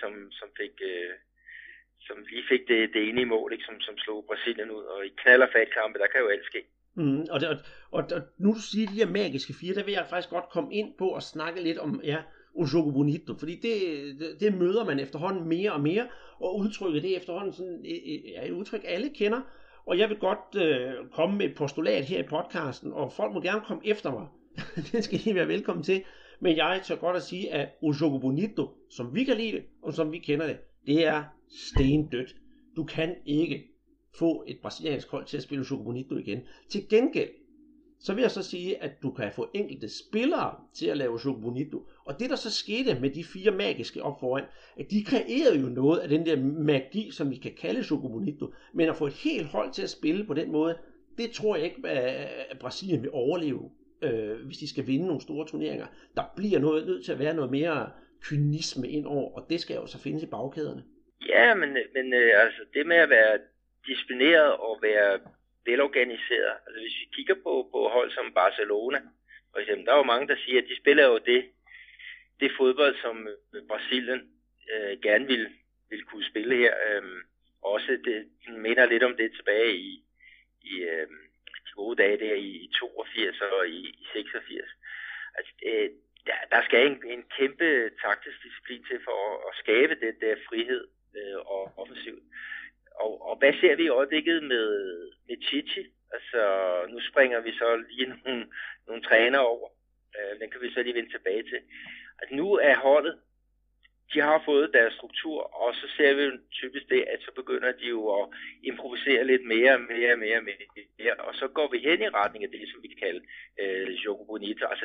som lige fik det ene i mål, ikke, som slog Brasilien ud. Og i knald- og fatkampe, der kan jo alt ske. Og nu du siger de her magiske fire, der vil jeg faktisk godt komme ind på og snakke lidt om o jogo bonito, fordi det møder man efterhånden mere og mere, og udtrykket det er efterhånden sådan et udtryk, alle kender. Og jeg vil godt komme med et postulat her i podcasten, og folk må gerne komme efter mig. Det skal I være velkommen til. Men jeg tør godt at sige, at o jogo bonito, som vi kan lide det, og som vi kender det, det er stendødt. Du kan ikke få et brasiliansk hold til at spille jogo bonito igen. Til gengæld, så vil jeg så sige, at du kan få enkelte spillere til at lave jogo bonito. Og det der så skete med de fire magiske op foran, at de kreerede jo noget af den der magi, som vi kan kalde jogo bonito. Men at få et helt hold til at spille på den måde, det tror jeg ikke, at Brasilien vil overleve, hvis de skal vinde nogle store turneringer. Der bliver nødt til at være noget mere kynisme indover, og det skal jo så findes i bagkæderne. Ja, men altså det med at være disciplineret og være velorganiseret. Altså hvis vi kigger på hold som Barcelona, for eksempel, der er jo mange, der siger, at de spiller jo det fodbold, som Brasilien gerne vil kunne spille her. Også det minder lidt om det tilbage i de gode dage der i 82 og i 86. Altså, der skal en kæmpe taktisk disciplin til for at skabe det der frihed og offensivt. Og hvad ser vi i øjeblikket med Tite? Altså, nu springer vi så lige nogle træner over. Den kan vi så lige vende tilbage til. Altså, nu er holdet, de har fået deres struktur, og så ser vi jo typisk det, at så begynder de jo at improvisere lidt mere, og så går vi hen i retning af det, som vi kan kalde jogo bonito, altså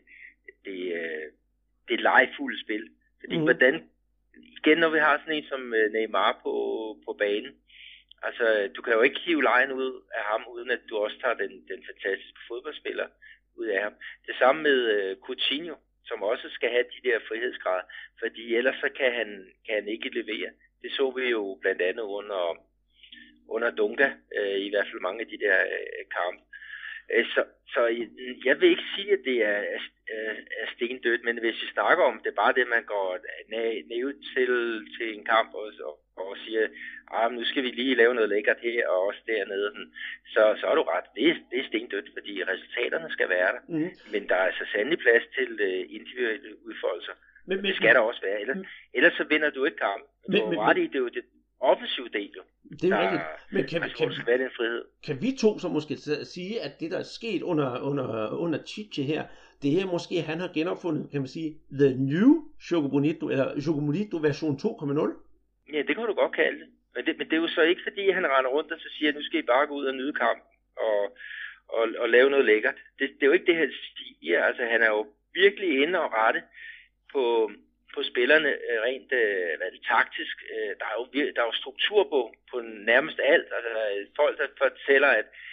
det legefulde spil. Fordi hvordan, igen når vi har sådan en som Neymar på banen, altså du kan jo ikke hive lejen ud af ham, uden at du også tager den fantastiske fodboldspiller ud af ham. Det samme med Coutinho, som også skal have de der frihedsgrader, fordi ellers så kan han ikke levere. Det så vi jo blandt andet under Dunga, i hvert fald mange af de der kampe. Så jeg vil ikke sige, at det er stendødt, men hvis vi snakker om det, bare det, man går ned til en kamp og siger, nu skal vi lige lave noget lækkert her og også dernede, så er du ret. Det er stendødt, fordi resultaterne skal være der. Men der er altså sandelig plads til individuelle udfoldelser. Men det skal der også være. Ellers så vinder du ikke kampen. Du har ret i, det er jo det offensive del, jo. Det er rigtigt. Men kan vi to så måske sige, at det der er sket under Tite her, det her måske han har genopfundet, kan man sige, the new jogo bonito, eller jogo bonito version 2.0? Ja, det kan du godt kalde det. Men det er jo så ikke fordi, han render rundt og så siger, at nu skal I bare gå ud og nyde kampen, og lave noget lækkert. Det er jo ikke det, han siger. Altså, han er jo virkelig inde og rette på spillerne rent taktisk. Der er jo struktur på nærmest alt. Altså, folk, der fortæller,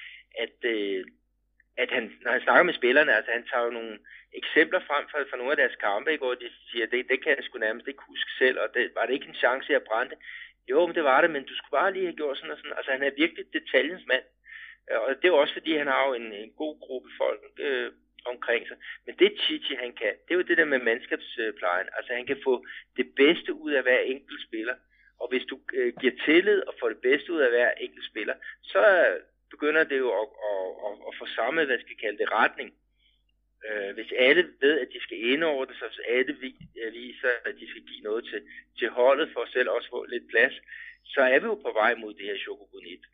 at han, når han snakker med spillerne, altså han tager jo nogle eksempler frem fra nogle af deres kampe, hvor de siger, det kan jeg sgu nærmest ikke huske selv, og var det ikke en chance at brænde? Jo, men det var det, men du skulle bare lige have gjort sådan og sådan. Altså, han er virkelig detaljens mand. Og det er jo også, fordi han har jo en god gruppe folk omkring sig. Men det Tite, han kan, det er jo det der med mandskabsplejen. Altså, han kan få det bedste ud af hver enkelt spiller. Og hvis du giver tillid og får det bedste ud af hver enkelt spiller, så begynder det jo at få samme, hvad skal vi kalde det, retning. Hvis alle ved, at de skal indordne sig, så alle viser, at de skal give noget til holdet for selv også få lidt plads, så er vi jo på vej mod det her chokobonit.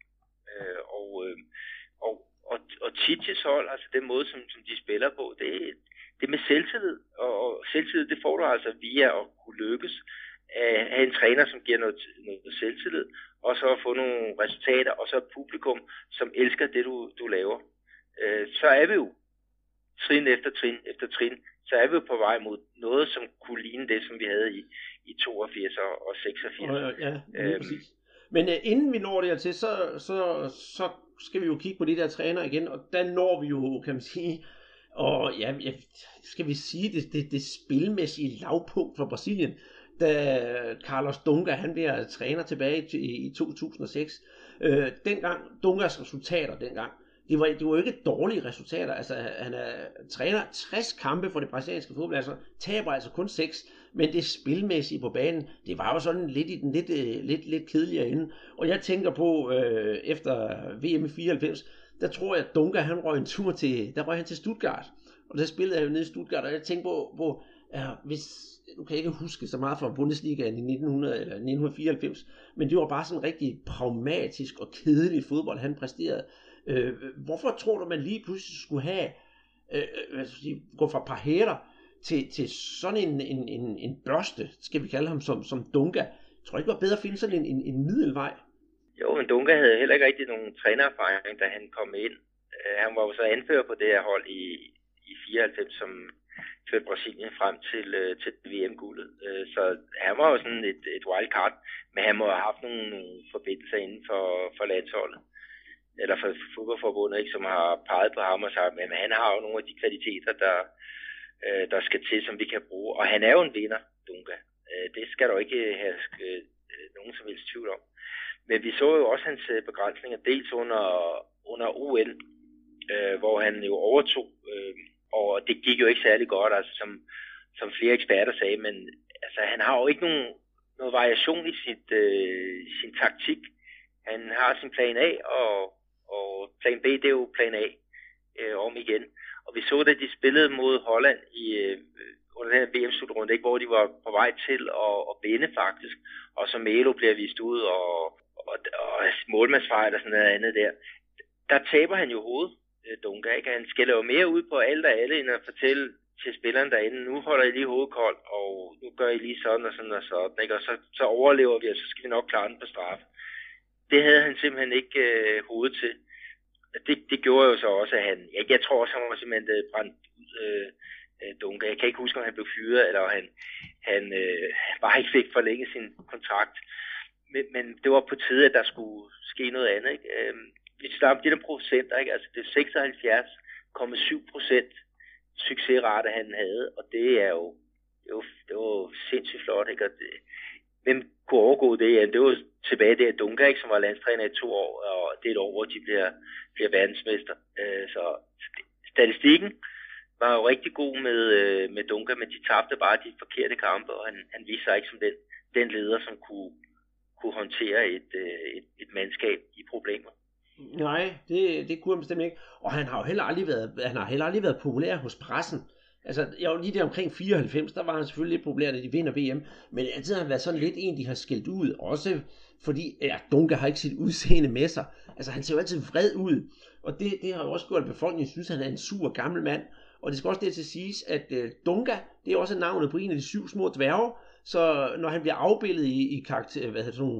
Og Titis hold, altså den måde, som de spiller på, det med selvtillid. Og selvtillid, det får du altså via at kunne lykkes at have en træner, som giver noget selvtillid, og så at få nogle resultater, og så et publikum, som elsker det, du laver. Så er vi jo trin efter trin, så er vi jo på vej mod noget, som kunne ligne det, som vi havde i 82 og 86. Ja, præcis. Men inden vi når dertil, så skal vi jo kigge på de der træner igen, og der når vi jo, kan man sige, og ja, skal vi sige, det spilmæssige lavpunkt for Brasilien, da Carlos Dunga, han bliver træner tilbage i 2006. Dengang, Dungas resultater dengang, det var jo ikke dårlige resultater. Altså, han træner 60 kampe for det brasilianske fodbold, altså taber altså kun 6, men det spilmæssige på banen, det var jo sådan lidt i den lidt kedeligere ende. Og jeg tænker på, efter VM i 94, der tror jeg, at Dunga, han røg en tur til Stuttgart. Og der spillede jeg jo nede i Stuttgart, og jeg tænkte på hvis du kan ikke huske så meget fra Bundesligaen i 1994, men det var bare sådan en rigtig pragmatisk og kedelig fodbold, han præsterede. Hvorfor tror du, man lige pludselig skulle have gå fra Parreira til sådan en børste, skal vi kalde ham, som Dunga? Jeg tror ikke, det var bedre at finde sådan en middelvej. Jo, men Dunga havde heller ikke rigtig nogen trænererfaring, da han kom ind. Han var jo så anfører på det her hold i 94, som førte Brasilien frem til VM-guldet. Så han var jo sådan et wildcard, men han må have haft nogle forbindelser inden for landsholdet, eller for fodboldforbundet, ikke, som har peget på ham og sagt, at han har jo nogle af de kvaliteter, der skal til, som vi kan bruge. Og han er jo en vinder, Dunga. Det skal der ikke have nogen som helst tvivl om. Men vi så jo også hans begrænsninger, dels under OL, hvor han jo overtog, og det gik jo ikke særlig godt, altså som flere eksperter sagde, men altså, han har jo ikke noget variation i sin taktik. Han har sin plan A, og plan B, det er jo plan A om igen. Og vi så, da de spillede mod Holland under den her VM-slutrunde, hvor de var på vej til at vinde faktisk, og så Melo bliver vist ud, og målmandsfejl og sådan noget andet der taber han jo hovedet, Dunga, ikke? Han skælder jo mere ud på alt og alle, end at fortælle til spilleren derinde, nu holder I lige hovedet koldt, og nu gør I lige sådan og sådan og sådan, ikke? Og så overlever vi, og så skal vi nok klare den på straf. Det havde han simpelthen ikke hovedet til. Det gjorde jo så også, at jeg tror også, han var simpelthen brændt ud, Dunga. Jeg kan ikke huske, om han blev fyret, eller han bare ikke fik forlænget sin kontrakt. Men det var på tide, at der skulle ske noget andet, ikke? Vi starter de der procenter, ikke? Altså det er 76,7% succesrate, han havde, og det er jo sindssygt flot, ikke? Og hvem kunne overgå det? Ja, det var tilbage der Dunga, ikke, som var landstræner i 2 år, og det er et år, hvor de bliver verdensmester. Så statistikken var jo rigtig god med Dunga, men de tabte bare de forkerte kampe, og han viste sig ikke som den leder, som kunne håndtere et mandskab i problemer. Nej, det kunne han bestemt ikke. Og han har jo heller aldrig været populær hos pressen. Altså, jeg var lige der omkring 94, der var han selvfølgelig lidt populær, da de vinder VM, men altid har han været sådan lidt en, de har skældt ud, også fordi Dunga har ikke sit udseende med sig. Altså, han ser jo altid vred ud, og det har jo også gjort, at befolkningen synes, at han er en sur gammel mand. Og det skal også det til siges, at Dunga, det er også navnet på en af de 7 små dværge, så når han bliver afbildet i karakter,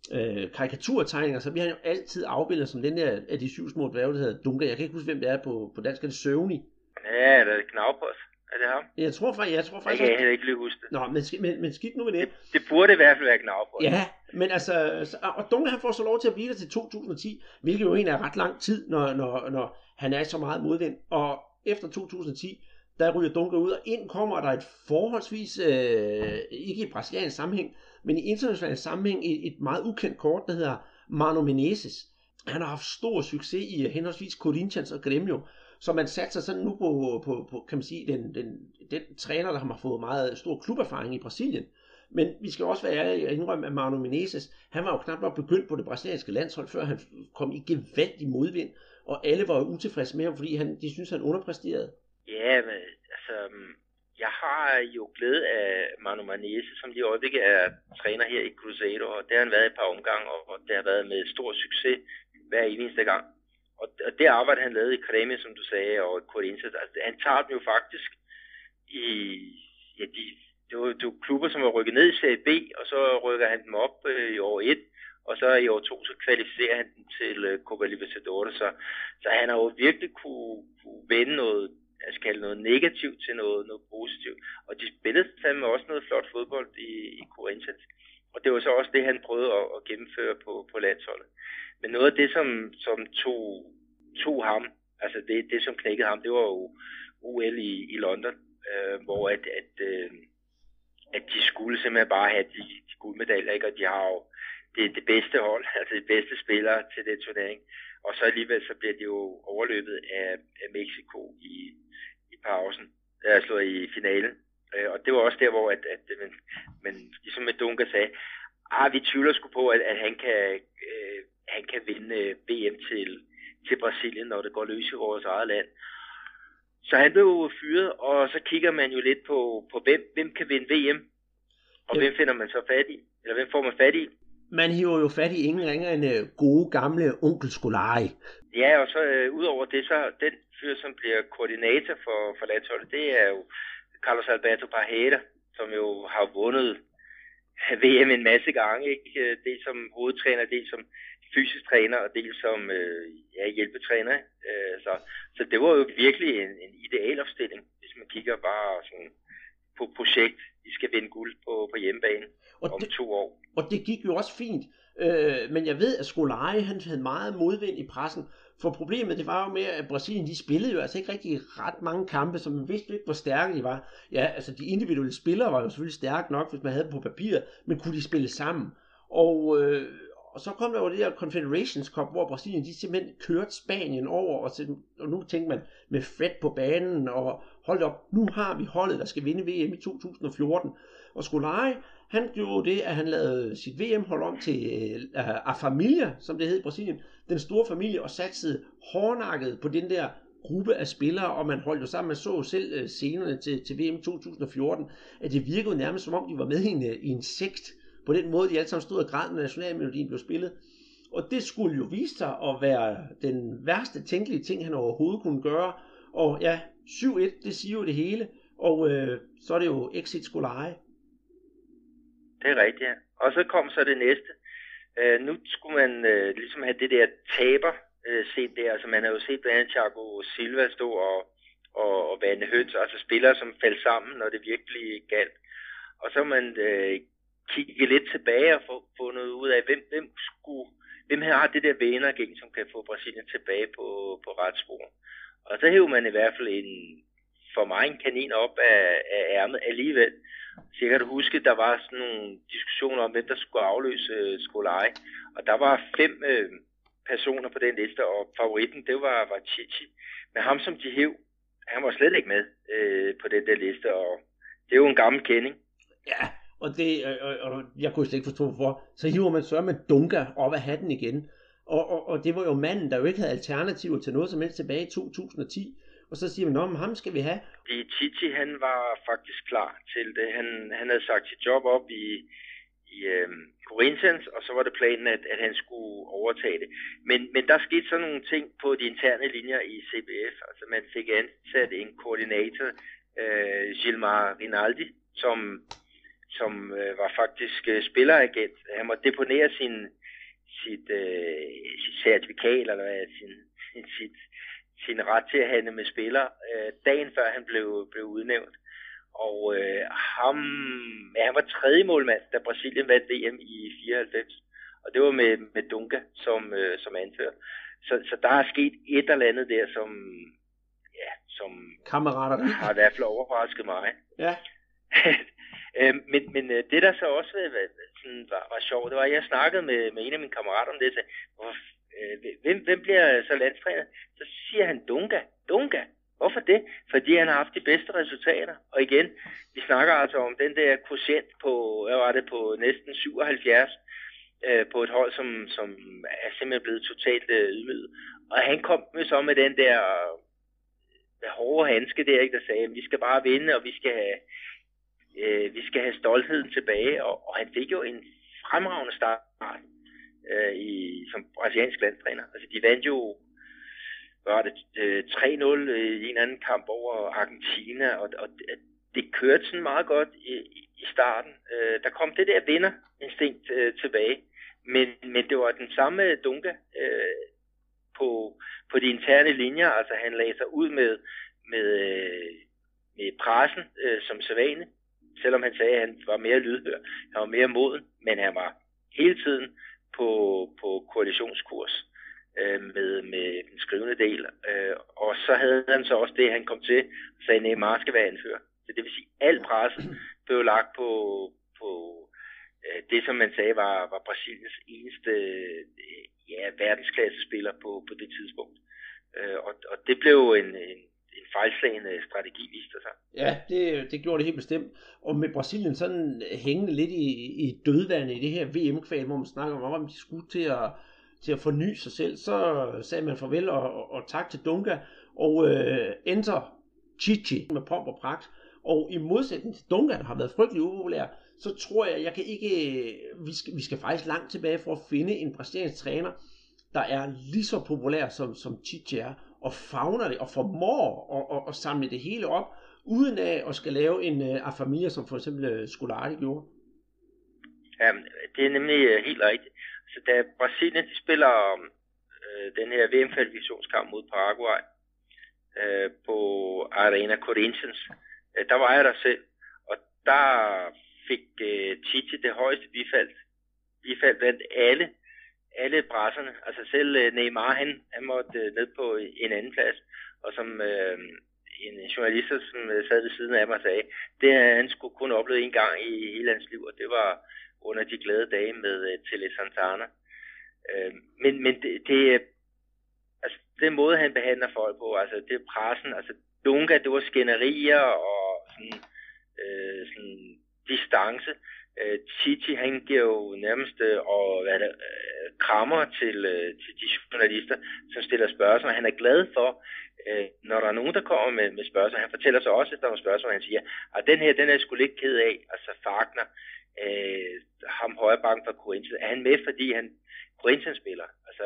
karikaturtegninger, så bliver han jo altid afbildet som den der af de 7 små dværge, der hedder Dunga. Jeg kan ikke huske, hvem det er på dansk. Er det Søvnig? Ja, det er Knaupers. Er det ham? Jeg tror faktisk. Jeg kan heller ikke lige huske det. Nå, men skidt nu med det. Det burde i hvert fald være Knaupers. Ja, men altså, og Dunga han får så lov til at blive der til 2010, hvilket jo egentlig er ret lang tid, når han er så meget modvind. Og efter 2010, der ryger Dunga ud, og ind kommer der et forholdsvis, ikke i brasiliansk sammenhæng, men i international sammenhæng, et meget ukendt kort, der hedder Mano Menezes. Han har haft stor succes i henholdsvis Corinthians og Grêmio, så man satser sådan nu på kan man sige, den træner, der har fået meget stor kluberfaring i Brasilien. Men vi skal også være ærlige og indrømme, at Mano Menezes, han var jo knap nok begyndt på det brasilianske landshold, før han kom i gevaldig modvind, og alle var jo utilfredse med ham, fordi de synes han underpræsterede. Ja, men altså, jeg har jo glæde af Mano Menezes, som lige øjeblikket er træner her i Cruzeiro, og det har han været et par omgange, og det har været med stor succes hver eneste gang. Og det arbejde, han lavede i Grêmio, som du sagde, og i Corinthians, altså, han tager dem jo faktisk i, ja, det var klubber, som var rykket ned i Serie B, og så rykker han dem op i år 1, og så i år 2, så kvalificerer han dem til Copa Libertadores, så han har jo virkelig kunne vende noget, jeg skal kalde noget negativt til noget positivt, og de spillede fandme også noget flot fodbold i Corinthians, og det var så også det, han prøvede at gennemføre på landsholdet. Men noget af det, som tog ham, altså det som knækkede ham, det var jo OL i London, hvor at de skulle simpelthen bare have de guldmedaljer, ikke? Og de har jo det bedste hold, altså de bedste spillere til den turnering. Og så alligevel så bliver de jo overløbet af Mexico i pausen, slået i finalen. Og det var også der, hvor men ligesom med Dunga sagde, vi tvivler sgu på, at han kan vinde VM til Brasilien, når det går løs i vores eget land. Så han blev fyret, og så kigger man jo lidt på hvem kan vinde VM, og hvem finder man så fat i, eller hvem får man fat i? Man hiver jo fat i ingen ringer end gode gamle onkel Scolari. Ja, og så udover det, så den fyr, som bliver koordinator for landsholdet, det er jo Carlos Alberto Parreira, som jo har vundet VM en masse gange, ikke? Dels som hovedtræner, dels som fysisk træner, og dels som hjælpetræner. Så det var jo virkelig en idealopstilling, hvis man kigger bare sådan på projekt. De skal vinde guld på hjemmebane om 2 år. Og det gik jo også fint. Men jeg ved, at Scolari, han havde meget modvind i pressen. For problemet, det var jo med, at Brasilien, de spillede jo altså ikke rigtig ret mange kampe, så man vidste ikke, hvor stærke de var. Ja, altså de individuelle spillere var jo selvfølgelig stærke nok, hvis man havde dem på papiret, men kunne de spille sammen? Og så kom der jo det der Confederations Cup, hvor Brasilien, de simpelthen kørte Spanien over, og nu tænkte man med Fred på banen, og hold op, nu har vi holdet, der skal vinde VM i 2014. Og Scolari, han gjorde det, at han lavede sit VM-hold om til A Familia, som det hed i Brasilien, den store familie, og satsede hårdnakket på den der gruppe af spillere, og man holdt jo sammen, man så jo selv scenerne til VM 2014, at det virkede nærmest som om, de var med i en sekt, på den måde, de alle sammen stod og græd, når nationalmelodien blev spillet. Og det skulle jo vise sig at være den værste tænkelige ting, han overhovedet kunne gøre. Og ja, 7-1, det siger jo det hele, og så er det jo exit Scolari. Det er rigtigt, ja. Og så kom så det næste. Nu skulle man ligesom have det der taber set der. Altså man har jo set blandt andet Thiago Silva stå og vande høns, altså spillere, som faldt sammen, når det virkelig galt. Og så man kigge lidt tilbage og få fundet ud af, hvem her har det der venergæng, som kan få Brasilien tilbage på ret spor. Og så hæver man i hvert fald for mig en kanin op af ærmet alligevel. Så jeg kan huske, der var sådan nogle diskussioner om, hvem der skulle afløse Scolari. Og der var 5 personer på den liste, og favoritten, det var Chichi. Men ham, som de hæv, han var slet ikke med på den der liste, og det er jo en gammel kending. Ja, og jeg kunne slet ikke forstå hvorfor. Så hiver man så med Dunga op af hatten igen. Og det var jo manden, der jo ikke havde alternativer til noget som helst tilbage i 2010. Og så siger man, ham skal vi have. Chichi, han var faktisk klar til det. Han havde sagt sit job op i Corinthians, og så var det planen, at han skulle overtage det. Men der skete så nogle ting på de interne linjer i CBF. Altså man fik ansat en koordinator, Gilmar Rinaldi, som var faktisk spilleragent. Han måtte deponere sit certifikat, eller hvad, sin ret til at handle med spillere, dagen før han blev udnævnt. Og han var tredje målmand, da Brasilien vandt VM i 94. Og det var med Dunga som anfører. Så der er sket et eller andet der, som kammerater har i hvert fald overrasket mig. Ja. men det der så også var sjovt, det var, at jeg snakkede med en af mine kammerater om det, så hvem bliver så landstræner? Så siger han Dunga. Hvorfor det? Fordi han har haft de bedste resultater. Og igen, vi snakker altså om den der quotient på, hvad var det, på næsten 77, på et hold, som er simpelthen blevet totalt ydmyget. Og han kom så med den der hårde handske der, ikke, der sagde, at vi skal bare vinde, og vi skal have stoltheden tilbage. Og han fik jo en fremragende start som brasiliansk landstræner. Altså, de vandt jo, var det 3-0 i en anden kamp over Argentina, og det kørte sådan meget godt i starten. Der kom det der vinderinstinkt tilbage, men det var den samme Dunga på de interne linjer. Altså, han lagde sig ud med pressen som sædvanligt, selvom han sagde, at han var mere lydhør, han var mere moden, men han var hele tiden på koalitionskurs med den skrivende del. Og så havde han så også det, han kom til, og sagde, at Neymar skal være anfører. Så det vil sige, at al pressen blev lagt på det, som man sagde, var Brasiliens eneste verdensklassespiller på det tidspunkt. Og det blev en fejlslagende strategi, viste sig. Ja, det gjorde det helt bestemt. Og med Brasilien sådan hængende lidt i dødvandet i det her VM-kval, hvor man snakker om de skulle til at forny sig selv, så sagde man farvel og tak til Dunga, og enter Tite med pomp og pragt. Og i modsætning til Dunga, der har været frygtelig upopulær, så tror jeg kan ikke, vi skal faktisk langt tilbage for at finde en brasiliansk træner, der er lige så populær som Tite er, og favner det, og formår at samle det hele op, uden at skal lave en affamilie, som for eksempel Scolari gjorde. Ja, det er nemlig helt rigtigt. Så da Brasilien spiller den her VM-kvalifikationskamp mod Paraguay på Arena Corinthians, der var jeg der selv, og der fik Tite det højeste bifald blandt alle brasserne. Altså selv Neymar, han måtte ned på en anden plads, og som en journalist, som sad ved siden af mig, sagde, det han skulle kun opleve en gang i hele hans liv, og det var under de glade dage med Tele Santana. Men det altså den måde, han behandler folk på, altså det er pressen, altså Dunga, det var skænderier og sådan distance. Tite, han giver jo nærmest krammer til de journalister, som stiller spørgsmål. Han er glad for, når der er nogen, der kommer med spørgsmål. Han fortæller så også, at der er spørgsmål, han siger, at den her, den er jeg sgu lidt ked af. Altså Fagner, ham højre bakken fra Corinthians, er han med, fordi han Corinthians-spiller? Altså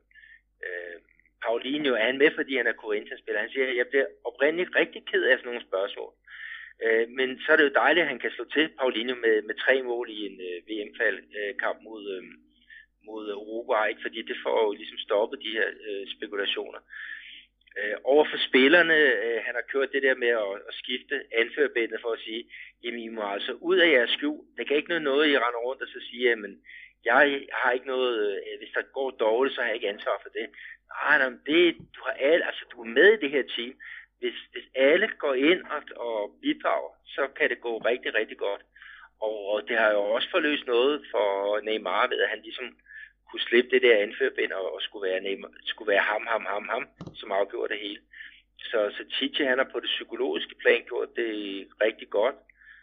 Paulinho, er han med, fordi han er Corinthians-spiller? Han siger, at jeg bliver oprindeligt rigtig ked af sådan nogle spørgsmål. Men så er det jo dejligt, at han kan slå til Paulinho med 3 mål i en VM-kamp mod Uruguay, ikke? Fordi det får jo ligesom stoppet de her spekulationer. Over for spillerne, han har kørt det der med at skifte anførerbændet for at sige, jamen I må altså ud af jeres skjul. Der kan ikke noget, I render rundt og så siger, men jeg har ikke noget, hvis der går dårligt, så har jeg ikke ansvar for det. Nej, det, du er med i det her team. Hvis alle går ind og bidrager, så kan det gå rigtig, rigtig godt. Og det har jo også forløst noget for Neymar ved, at han ligesom kunne slippe det der anførbind og skulle være ham, som afgjorde det hele. Så Tite, han har på det psykologiske plan gjort det rigtig godt.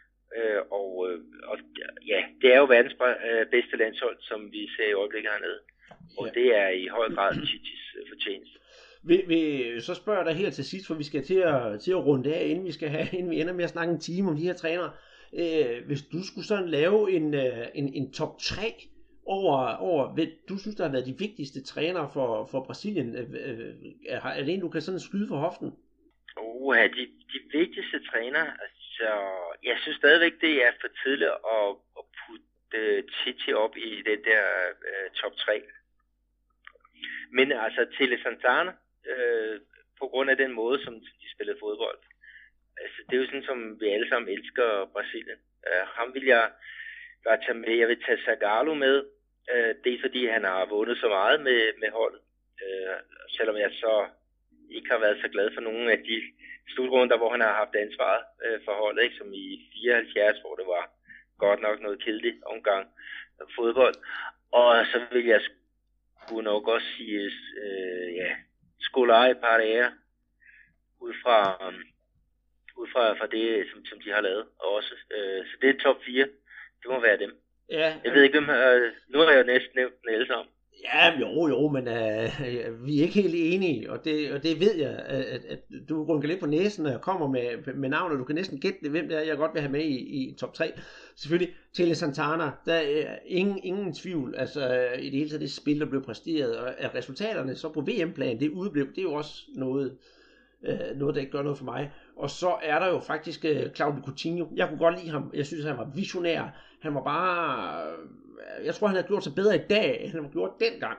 Og ja, det er jo verdens bedste landshold, som vi ser i øjeblikket hernede. Og det er i høj grad Tites fortjeneste. Så spørger jeg dig her til sidst, for vi skal til at runde af, inden vi ender med at snakke en time om de her trænere. Hvis du skulle sådan lave en top 3 over hvad du synes, der har været de vigtigste trænere for Brasilien, er det en, du kan sådan skyde for hoften? De vigtigste trænere, Så jeg synes stadigvæk, det er for tidligt at putte Tite op i den der top 3. Men altså Tele Santana, på grund af den måde, som de spillede fodbold, altså det er jo sådan, som vi alle sammen elsker Brasilien. Ham vil jeg bare tage med. Jeg vil tage Zagallo med. Det er fordi, han har vundet så meget med holdet. Selvom jeg så ikke har været så glad for nogle af de slutrunder, hvor han har haft ansvaret for holdet, ikke? Som i 74, hvor det var godt nok noget kedeligt omgang fodbold. Og så vil jeg sgu nok også sige, Scolari Pereira, ud fra det, som de har lavet også. Så det er top 4. Det må være dem. Ja. Jeg ved ikke, nu har jeg jo næsten nævnt den alle sammen. Ja, jo, men vi er ikke helt enige, og det ved jeg, at du rynker lidt på næsen, og kommer med navn, og du kan næsten gætte, hvem det er, jeg godt vil have med i top 3. Selvfølgelig, Tele Santana, der er ingen tvivl, altså i det hele taget det spil, der blev præsteret, og at resultaterne så på VM-plan, det udeblev, det er jo også noget, der ikke gør noget for mig. Og så er der jo faktisk Claudio Coutinho. Jeg kunne godt lide ham. Jeg synes, han var visionær. Han var bare... Jeg tror, han havde gjort sig bedre i dag, end han har gjort dengang.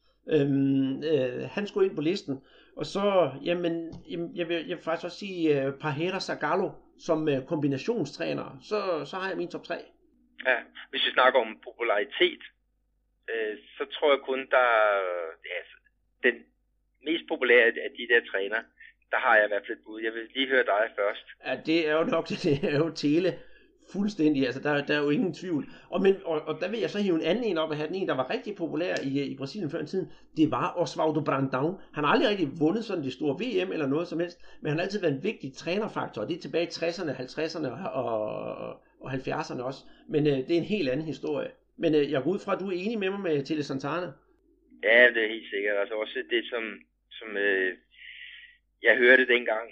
Han skulle ind på listen. Og så, jeg vil faktisk også sige Pereira Zagallo som kombinationstræner. Så har jeg min top 3. Ja, hvis vi snakker om popularitet, så tror jeg kun, den mest populære af de der trænere, der har jeg i hvert fald et bud. Jeg vil lige høre dig først. Ja, det er jo nok det er jo Tele. Fuldstændig, altså der er jo ingen tvivl. Og der vil jeg så hive en anden en op, og have den en, der var rigtig populær i Brasilien før en tid. Det var Oswaldo Brandão. Han har aldrig rigtig vundet sådan det store VM eller noget som helst, men han har altid været en vigtig trænerfaktor, og det er tilbage i 60'erne, 50'erne og 70'erne også. Men det er en helt anden historie. Men jeg går ud fra, at du er enig med mig med Tele Santana. Ja, det er helt sikkert. Altså også det, som jeg hørte dengang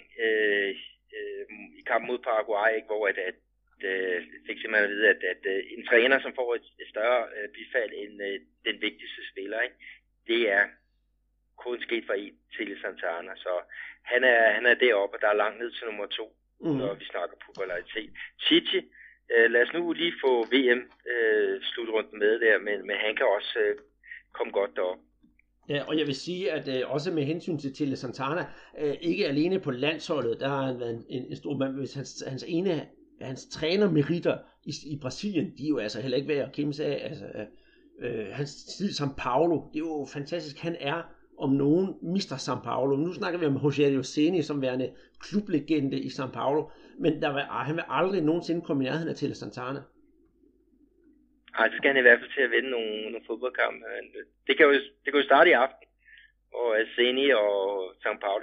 i kampen mod Paraguay, ikke, hvor fik simpelthen at vide, at en træner, som får et større bifald end den vigtigste spiller, ikke, det er kun sket for en til Santana. Så han er deroppe, og der er langt ned til nummer 2, når vi snakker popularitet. Tite, lad os nu lige få VM-slutrunden med der, men han kan også komme godt derop. Ja, og jeg vil sige, at også med hensyn til Tele Santana, ikke alene på landsholdet, der har han været en stor mand, hvis hans trænermeritter i Brasilien, de er jo altså heller ikke værd at kæmpe sig af. Altså, hans tid som Paulo, det er jo fantastisk. Han er om nogen Mr. São Paulo. Nu snakker vi om Rogério Ceni som værende klublegende i São Paulo, men han vil aldrig nogensinde komme i nærheden af Tele Santana. Ej, så skal han i hvert fald til at vinde nogle fodboldkampe. Det kan jo starte i aften, og Ceni og São Paulo,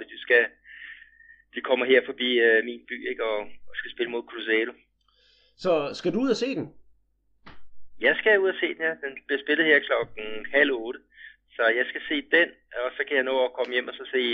de kommer her forbi min by, ikke, og skal spille mod Cruzeiro. Så skal du ud og se den? Jeg skal ud og se den, ja. Den bliver spillet her 7:30. Så jeg skal se den, og så kan jeg nå at komme hjem og så se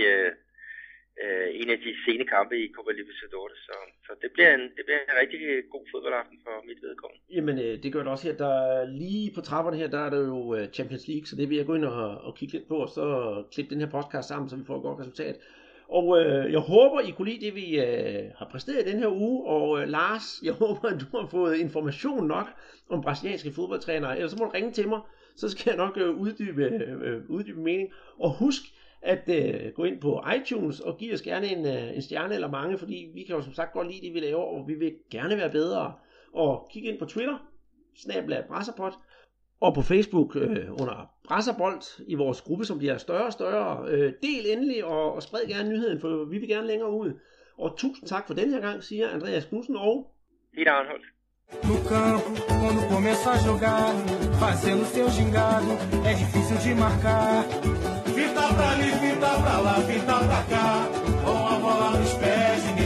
en af de sene kampe i Copa Libertadores. Så det bliver en rigtig god fodboldaften for mit vedkommende. Jamen, det gør det også her. Der lige på trapperne her, der er der jo Champions League, så det vil jeg gå ind og kigge lidt på, og så klippe den her podcast sammen, så vi får et godt resultat. Og jeg håber, I kunne lide det, vi har præsteret den her uge. Og Lars, jeg håber, at du har fået information nok om brasilianske fodboldtrænere. Ellers så må du ringe til mig, så skal jeg nok uddybe mening. Og husk at gå ind på iTunes og give os gerne en stjerne eller mange, fordi vi kan jo som sagt godt lide det, vi laver, og vi vil gerne være bedre. Og kig ind på Twitter, @brasserpod, og på Facebook under Brasserbold i vores gruppe, som bliver større og større. Del endelig og spred gerne nyheden, for vi vil gerne længere ud. Og tusind tak for den her gang, siger Andreas Knudsen og Peter Arnholdt. No campo, quando começa a jogar, fazendo seu gingado, é difícil de marcar. Fita pra ali, fita pra lá, fita pra cá, com a bola nos pés,